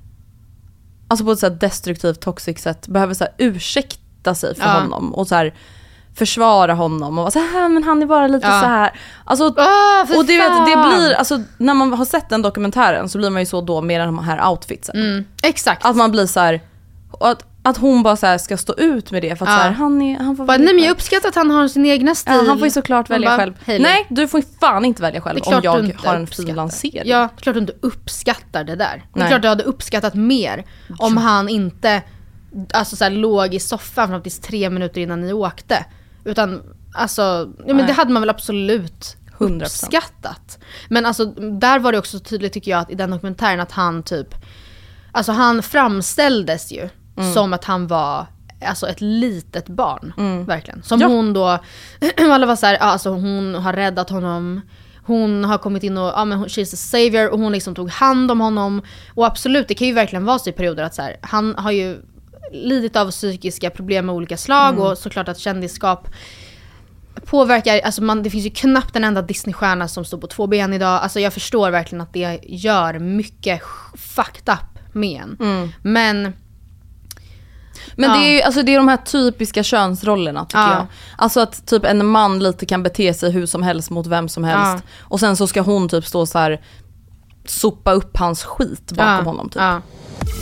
alltså på ett så här destruktivt toxic sätt behöver så här ursäkta sig för ja. honom och så här försvara honom och vara så här, men han är bara lite ja. så här. Alltså oh, och du vet, det blir alltså när man har sett den dokumentären så blir man ju så då med de här outfitsen. Mm. Exakt. Att man blir så här, och att Att hon bara så här ska stå ut med det för att ja. så här, han är han får bara, nej men jag uppskattar att han har sin egna stil. Ja, han får ju såklart välja bara, själv. Hailey. Nej, du får ju fan inte välja själv om jag har en fin lansering. Ja, det är klart du inte uppskattar det där. Det är klart du hade uppskattat mer om ja. han inte alltså så här, låg i soffan fram tills tre minuter innan ni åkte. Utan alltså, ja, men det hade man väl absolut hundra procent uppskattat. Men alltså där var det också tydligt tycker jag att i den dokumentären att han typ, alltså han framställdes ju Mm. som att han var alltså ett litet barn mm. verkligen. Som ja. hon då alla var så här, alltså hon har räddat honom. Hon har kommit in och ja men she's a savior och hon liksom tog hand om honom. Och absolut, det kan ju verkligen vara så i perioder att så här, han har ju lidit av psykiska problem av olika slag mm. och såklart att kändisskap påverkar, alltså man, det finns ju knappt en enda Disney-stjärna som står på två ben idag. Alltså jag förstår verkligen att det gör mycket fucked up med en. Mm. Men Men ja. det är ju alltså det är de här typiska könsrollerna tycker ja. jag. Alltså att typ en man lite kan bete sig hur som helst mot vem som helst. Ja. Och sen så ska hon typ stå så här sopa upp hans skit bakom ja. honom typ. Ja.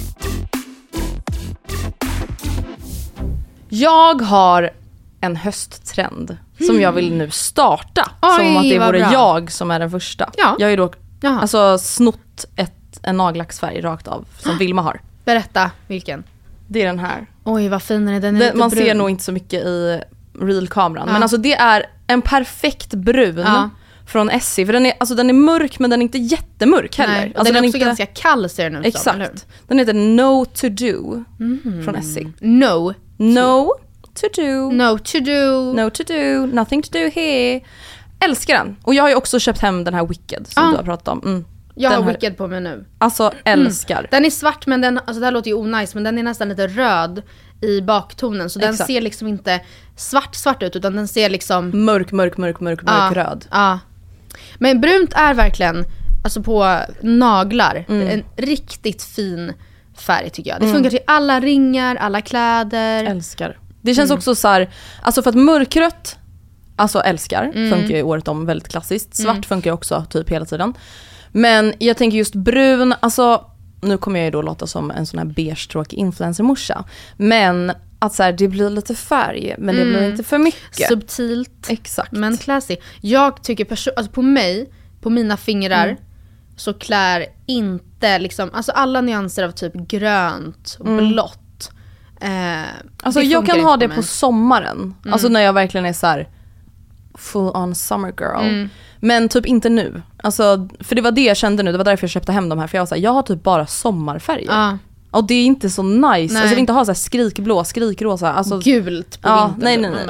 Jag har en hösttrend mm. som jag vill nu starta. Oj, som att det vore bra. Jag som är den första. Ja. Jag har ju då Jaha. alltså snott ett, en nagellacksfärg rakt av som Vilma har. Berätta, vilken? Det är den här. Oj, vad fin är den. Är den man brun. Ser nog inte så mycket i real-kameran. Ja. Men alltså det är en perfekt brun ja. från Essie. För den är, alltså den är mörk men den är inte jättemörk heller. Nej, alltså den är den också inte... ganska kall ser den ut. Exakt. Som, den heter No To Do mm. från Essie. No. No To Do. No To Do. No To Do. Nothing to do here. Älskar den. Och jag har ju också köpt hem den här Wicked som ah. du har pratat om. Mm. Jag den har Wicked på mig nu. Alltså älskar. Mm. Den är svart men den, alltså det här låter ju onajs men den är nästan lite röd i baktonen. Så Exakt. Den ser liksom inte svart svart ut utan den ser liksom mörk, mörk, mörk, mörk, mörk, ah, röd. Ja. Ah. Men brunt är verkligen, alltså på naglar, mm. en riktigt fin färg tycker jag. Det mm. funkar till alla ringar, alla kläder. Älskar. Det känns mm. också så här, alltså för att mörkrött, alltså älskar, mm. funkar ju året om väldigt klassiskt. Svart mm. funkar också typ hela tiden. Men jag tänker just brun, alltså nu kommer jag ju då låta som en sån här beige-tråkig influencer-morsa. Men att så här, det blir lite färg, men det mm. blir inte för mycket. Subtilt, exakt. Men classy. Jag tycker perso- alltså på mig, på mina fingrar, mm. så klär inte liksom, alltså alla nyanser av typ grönt och mm. blått. Eh, alltså jag kan ha det på sommaren. Mm. Alltså när jag verkligen är så här full on summer girl. Mm. Men typ inte nu. Alltså, för det var det jag kände nu. Det var därför jag köpte hem de här. För jag var så här, jag har typ bara sommarfärger. Ah. Och det är inte så nice. Nej. Alltså jag vill inte ha så här skrikblå, skrikrosa. Alltså, gult på ja, vintern. nej, nej, nej.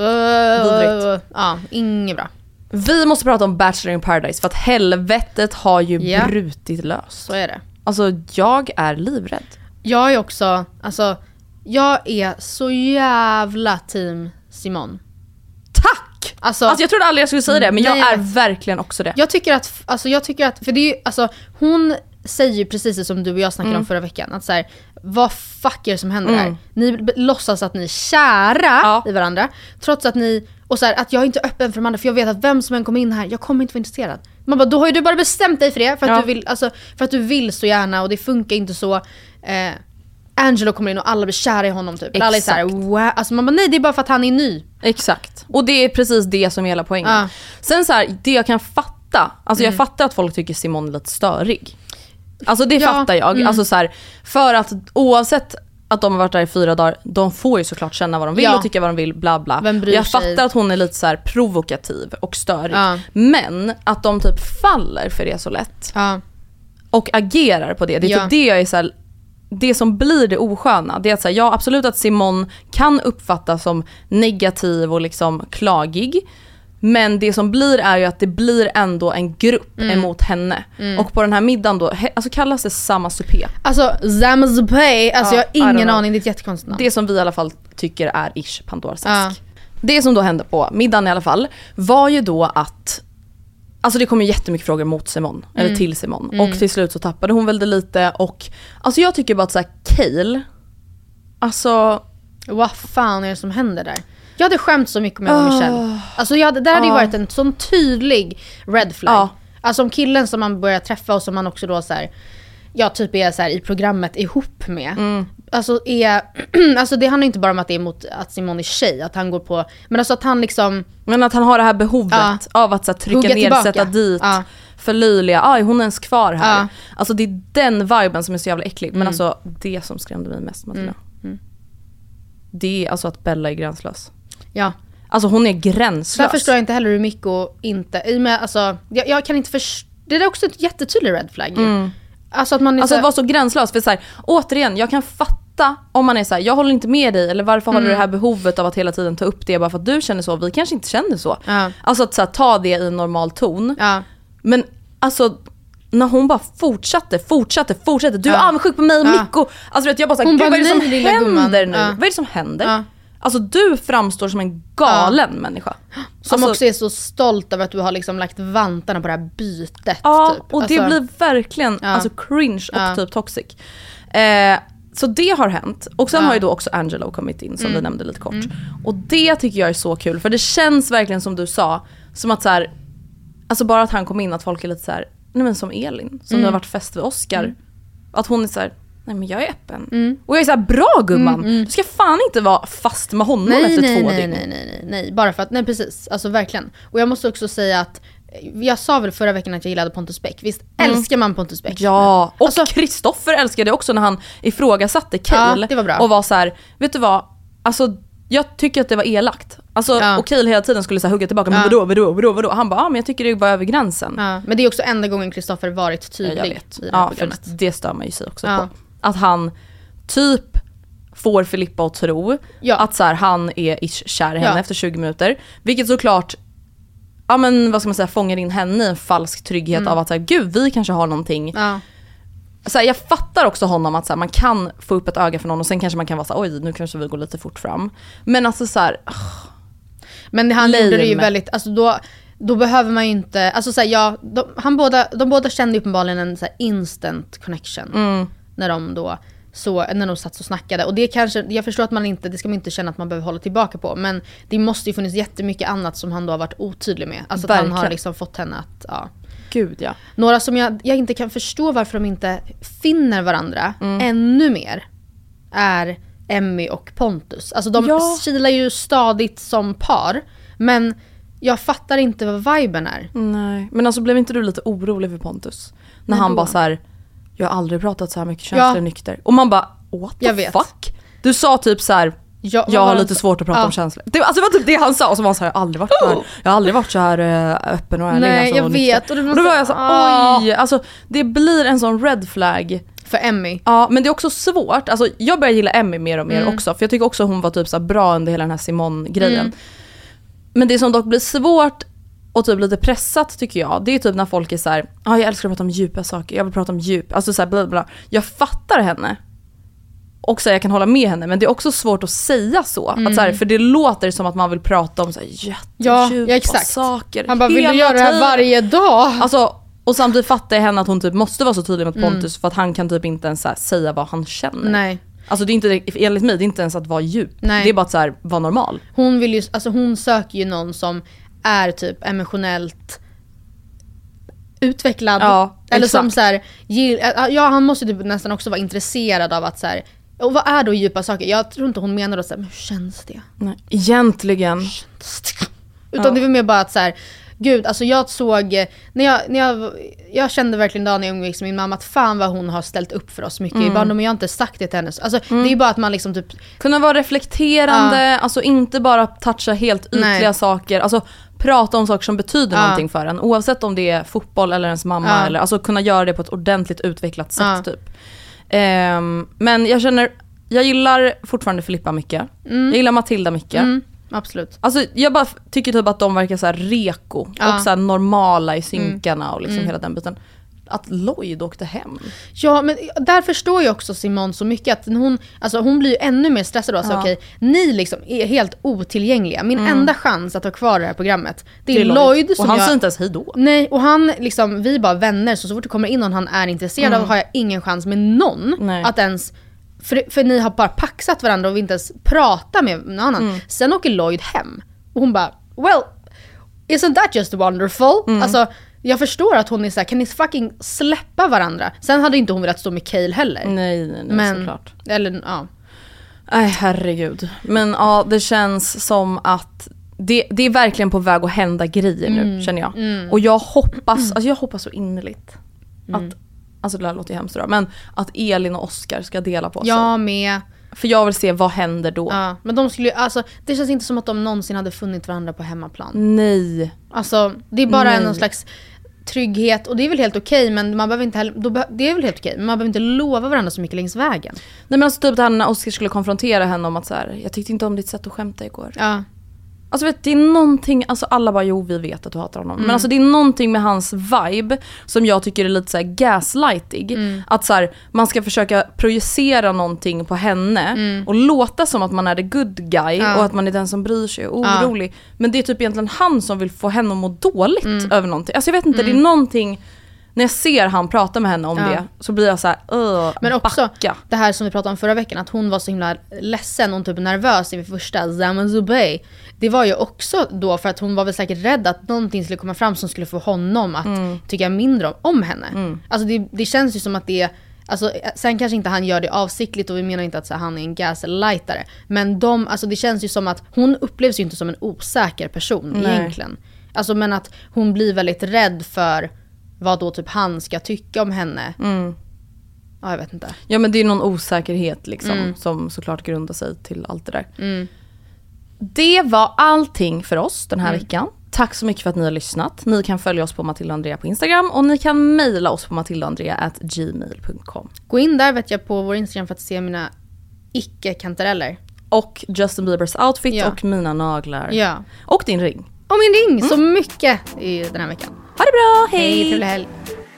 Bara, uh, ja, inget bra. Vi måste prata om Bachelor in Paradise för att helvetet har ju ja. brutit lös. Så är det. Alltså jag är livrädd. Jag är också, alltså jag är så jävla team Simon. Tack! Alltså, alltså jag trodde aldrig jag skulle säga det, men nej, jag är vet. verkligen också det. Jag tycker att, alltså jag tycker att, för det är ju, alltså hon säger ju precis det som du och jag snackade mm. om förra veckan. Att så här, vad fuck är det som händer mm. här? Ni b- låtsas att ni är kära ja. i varandra. Trots att ni, och så här, att jag är inte öppen för de andra. För jag vet att vem som än kommer in här, jag kommer inte vara intresserad. Man bara, då har ju du bara bestämt dig för det. För att, ja. du, vill, alltså, för att du vill så gärna och det funkar inte så. Eh, Angelo kommer in och alla blir kära i honom typ. Alla är så här, wow. Alltså man bara, nej det är bara för att han är ny. Exakt. Och det är precis det som är hela poängen. Ja. Sen så här, det jag kan fatta, alltså Mm. jag fattar att folk tycker Simon är lite störig. Alltså det Ja. fattar jag. Mm. Alltså så här, för att oavsett att de har varit där i fyra dagar, de får ju såklart känna vad de vill Ja. och tycka vad de vill, bla bla. Vem bryr jag sig? fattar att hon är lite så här provokativ och störig. Ja. Men att de typ faller för det så lätt. Ja. Och agerar på det. Det är Ja. typ det jag är så här, det som blir det osköna, det är att säga, ja absolut att Simon kan uppfattas som negativ och liksom klagig. Men det som blir är ju att det blir ändå en grupp Mm. emot henne. Mm. Och på den här middagen då, he, alltså kallas det samma supé. Alltså Zamazupay, alltså Ja, jag har I don't ingen know. aning, det är ett jättekonstigt namn. Det som vi i alla fall tycker är ish Pandoras Ja. ask. Det som då hände på middagen i alla fall var ju då att alltså det kom ju jättemycket frågor mot Simon, Mm. eller till Simon. Mm. Och till slut så tappade hon väl det lite. Och alltså jag tycker bara att så här, Cale, alltså vad fan är det som händer där? Jag hade skämt så mycket med Oh. Michelle. Alltså jag hade, där hade ju Oh. varit en sån tydlig red flag. Ja. Alltså om killen som man börjar träffa och som man också då så här, ja typ är så här i programmet ihop med. Mm. Alltså är alltså det handlar inte bara om att det är mot att Simon är tjej, att han går på, men alltså att han liksom, men att han har det här behovet Ja. av att så här, trycka Hugga ner, tillbaka. sätta dit, Ja. förlöjliga, aj hon är ens kvar här. Ja. Alltså det är den viben som är så jävla äcklig. Men Mm. alltså det som skrämde mig mest, Matilda, Mm. Mm. det är alltså att Bella är gränslös. ja. Alltså hon är Där gränslös. förstår jag inte heller hur Mikko inte, i och med, alltså, jag, jag kan inte förstå, det är också ett jättetydlig red flag ju. Mm. Alltså att man är Alltså så, att vara så gränslös, för så här, återigen, jag kan fatta om man är så här, jag håller inte med dig, eller varför har du Mm. det här behovet av att hela tiden ta upp det bara för att du känner så, vi kanske inte känner så. Ja. Alltså att så här, ta det i en normal ton. Ja. Men alltså när hon bara fortsatte, fortsatte, fortsatte. Du är Ja. avundsjuk på mig och Ja. Mikko. Alltså vet, jag bara såhär, Hon gud bara, vad är det som nej, lilla händer gumman. nu? Ja. Vad är det som händer? Ja. Alltså du framstår som en galen människa. Som alltså, också är så stolt över att du har liksom lagt vantarna på det här bytet. Ja, typ. och det Alltså, blir verkligen Ja. alltså cringe och Ja. typ toxic. Eh, så det har hänt. Och sen Ja. har ju då också Angelo kommit in som Mm. vi nämnde lite kort. Mm. Och det tycker jag är så kul. För det känns verkligen som du sa, som att så här, alltså bara att han kom in, att folk är lite så här, nej men som Elin, som Mm. det har varit fest vid Oscar. Mm. Att hon är så här, nej men jag är öppen. Mm. Och jag är så här, bra gumman. Mm, mm. Du ska fan inte vara fast med honom nej, efter nej, två nej, dygn. nej, nej, nej, nej, bara för att, nej precis, alltså verkligen. Och jag måste också säga att, jag sa väl förra veckan att jag gillade Pontus Beck. Visst Mm. älskar man Pontus Beck? Ja, och Alltså- Kristoffer älskade också när han ifrågasatte Cale. Ja, det var bra. Och var så här, vet du vad? Alltså jag tycker att det var elakt. Alltså, Ja. och Cale hela tiden skulle så här hugga tillbaka, men Ja. vadå, vadå, vadå, vadå? Han bara, ja men jag tycker det var över gränsen. Ja, men det är också enda gången Kristoffer varit Ja, tydlig jag vet. i det här Ja, för programmet. det stör man ju sig också Ja. på. Att han typ får Filippa att tro Ja. att så här, han är ish kär i henne Ja. efter tjugo minuter. Vilket såklart, ja men vad ska man säga, fångar in henne i en falsk trygghet Mm. av att så här, gud vi kanske har någonting. Ja. Så här, jag fattar också honom att så här, man kan få upp ett öga för någon och sen kanske man kan vara så här, oj nu kanske vi går lite fort fram. Men alltså så här, Men han Lame. gjorde det ju väldigt, alltså då, då behöver man ju inte, alltså så här, ja, de, han båda, de båda kände uppenbarligen en så här instant connection. mm, När de då så, när de satt och snackade. Och det kanske, jag förstår att man inte, det ska man inte känna att man behöver hålla tillbaka på. Men det måste ju funnits jättemycket annat som han då har varit otydlig med. Alltså att han har Verkligen. liksom fått henne att, ja. gud ja. Några som jag, jag inte kan förstå varför de inte finner varandra Mm. ännu mer är Emmy och Pontus. Alltså de Ja. kilar ju stadigt som par. Men jag fattar inte vad viben är. Nej, men alltså blev inte du lite orolig för Pontus? När Nej, han då. bara så här, jag har aldrig pratat så här mycket känslor Ja. nykter. Och man bara, what the Jag vet. fuck? Du sa typ så här, Jag, jag har lite svårt att prata Ja. om känslor. Det, alltså det var typ det han sa, och så var han så här, jag har aldrig varit så här, jag har aldrig varit så här eh, öppen och ärlig. Nej, alltså, jag och vet. nykter. Och det Och då var jag så ah. oj, alltså det blir en sån red flag. För Emmy. Ja, men det är också svårt. Alltså, jag börjar gilla Emmy mer och mer mm. också. För jag tycker också hon var typ så bra under hela den här Simone-grejen. Mm. Men det som dock blir svårt och typ lite pressat tycker jag, det är typ när folk är så här, ja ah, jag älskar att prata om djupa saker, jag vill prata om djup, alltså så här bla bla. Jag fattar henne. Och så här, jag kan hålla med henne, men det är också svårt att säga så. Mm. Att så här, för det låter som att man vill prata om så här jättedjupa ja, ja, saker. Han bara, vill du göra det här varje dag? Alltså, och samtidigt fattar jag henne att hon typ måste vara så tydlig mot Pontus mm. för att han kan typ inte ens så här, säga vad han känner. Nej. Alltså det är inte, enligt mig, det är inte ens att vara djup. Nej. Det är bara att så här, vara normal. Hon vill ju, alltså hon söker ju någon som är typ emotionellt utvecklad. Ja, eller exakt. Som så här, ja han måste typ nästan också vara intresserad av att så här, och vad är då djupa saker? Jag tror inte hon menar att så här, men hur känns det? Nej, egentligen. Utan ja. det var mer bara att så här, gud, alltså jag såg när jag, när jag, jag kände verkligen då när jag umgicks med min mamma att fan vad hon har ställt upp för oss mycket mm. i barndom, men jag har inte sagt det till henne. Alltså mm. det är bara att man liksom typ kunna vara reflekterande, ja. Alltså inte bara toucha helt ytliga Nej. Saker, alltså prata om saker som betyder ja. Någonting för en, oavsett om det är fotboll eller ens mamma ja. Eller alltså kunna göra det på ett ordentligt utvecklat sätt ja. Typ. Um, men jag känner, jag gillar fortfarande Filippa mycket. Mm. Jag gillar Matilda mycket. Mm. Absolut. Alltså jag bara tycker typ att de verkar så här reko ja. Och så här normala i synkarna mm. och liksom mm. hela den biten. Att Lloyd åkte hem. Ja, men där förstår jag också Simone så mycket att hon, alltså hon blir ju ännu mer stressad då. Så ja. Okej, ni liksom är helt otillgängliga. Min mm. enda chans att ha kvar det här programmet, det är, det är Lloyd. Lloyd som och han jag, säger inte ens hej då. Nej, och han liksom, vi är bara vänner. Så så fort det kommer in någon han är intresserad mm. av har jag ingen chans med någon nej. Att ens För, för ni har bara paxat varandra och vi inte ens pratar med någon annan. Mm. Sen åker Lloyd hem. Och hon bara, well, isn't that just wonderful? Mm. Alltså, jag förstår att hon är så här, kan ni fucking släppa varandra? Sen hade inte hon velat stå med Cale heller. Nej, nej, nej men, såklart. Eller, ja. Nej, herregud. Men ja, det känns som att det, det är verkligen på väg att hända grejer nu, mm. känner jag. Mm. Och jag hoppas, alltså jag hoppas så innerligt mm. att alltså det där låter hemskt då, men att Elin och Oscar ska dela på sig. Jag med. För jag vill se vad händer då. Ja, men de skulle alltså det känns inte som att de någonsin hade funnit varandra på hemmaplan. Nej. Alltså det är bara någon slags trygghet och det är väl helt okej, men man behöver inte heller, då be, det är väl helt okej, men man behöver inte lova varandra så mycket längs vägen. Nej men alltså typ det här när Oscar skulle konfrontera henne om att så här, jag tyckte inte om ditt sätt att skämta igår. Ja. Alltså vet, det är någonting, alltså alla bara jo vi vet att du hatar honom. Mm. Men alltså det är någonting med hans vibe som jag tycker är lite så här gaslightig. Mm. Att så här, man ska försöka projicera någonting på henne mm. och låta som att man är the good guy ja. Och att man är den som bryr sig och orolig. Ja. Men det är typ egentligen han som vill få henne att må dåligt mm. över någonting. Alltså jag vet inte, mm. det är någonting. När jag ser han prata med henne om ja. Det så blir jag så här, uh, men också backa. Det här som vi pratade om förra veckan, att hon var så himla ledsen och typ nervös i första Zaman Zubay. Det var ju också då för att hon var väl säkert rädd att någonting skulle komma fram som skulle få honom att mm. tycka mindre om, om henne. Mm. Alltså det, det känns ju som att det alltså, sen kanske inte han gör det avsiktligt och vi menar inte att så, han är en gaslightare. Men de, alltså, det känns ju som att hon upplevs ju inte som en osäker person Nej. Egentligen. Alltså, men att hon blir väldigt rädd för vad då typ han ska tycka om henne. Mm. Ja, jag vet inte. Ja, men det är någon osäkerhet liksom mm. som såklart grundar sig till allt det där. Mm. Det var allting för oss den här mm. veckan. Tack så mycket för att ni har lyssnat. Ni kan följa oss på Matilda Andrea på Instagram och ni kan mejla oss på matildaandrea at gmail dot com. Gå in där vet jag på vår Instagram för att se mina icke-kantareller. Och Justin Biebers outfit ja. Och mina naglar. Ja. Och din ring. Och min ring, mm. så mycket i den här veckan. Ha det bra, hej! Hej, trevlig helg.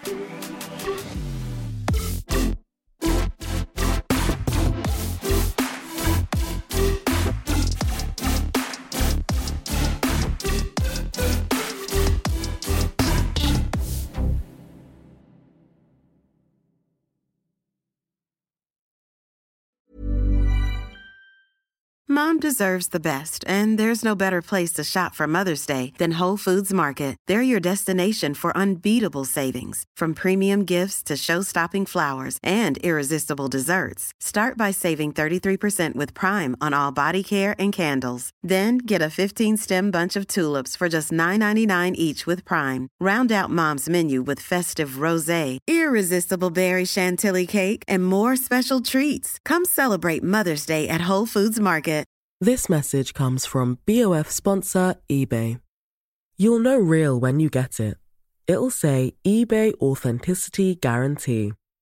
Mom deserves the best, and there's no better place to shop for Mother's Day than Whole Foods Market. They're your destination for unbeatable savings, from premium gifts to show-stopping flowers and irresistible desserts. Start by saving thirty-three percent with Prime on all body care and candles. Then get a fifteen-stem bunch of tulips for just nine ninety-nine each with Prime. Round out Mom's menu with festive rosé, irresistible berry chantilly cake, and more special treats. Come celebrate Mother's Day at Whole Foods Market. This message comes from B O F sponsor eBay. You'll know real when you get it. It'll say eBay Authenticity Guarantee.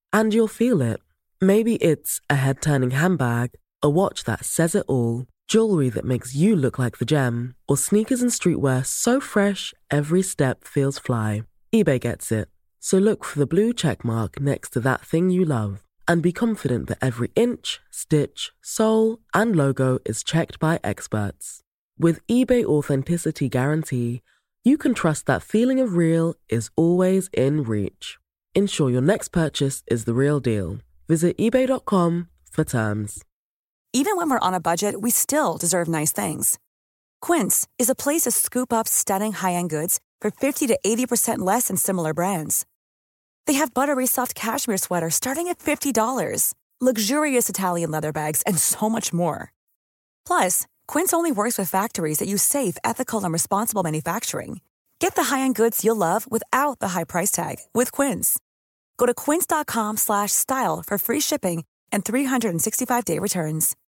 And you'll feel it. Maybe it's a head-turning handbag, a watch that says it all, jewelry that makes you look like the gem, or sneakers and streetwear so fresh every step feels fly. eBay gets it. So look for the blue check mark next to that thing you love and be confident that every inch, stitch, sole, and logo is checked by experts. With eBay Authenticity Guarantee, you can trust that feeling of real is always in reach. Ensure your next purchase is the real deal. Visit ebay dot com for terms. Even when we're on a budget, we still deserve nice things. Quince is a place to scoop up stunning high-end goods for fifty to eighty percent less than similar brands. They have buttery soft cashmere sweaters starting at fifty dollars, luxurious Italian leather bags, and so much more. Plus, Quince only works with factories that use safe, ethical, and responsible manufacturing. Get the high-end goods you'll love without the high price tag with Quince. Go to quince dot com slash style for free shipping and three sixty-five day returns.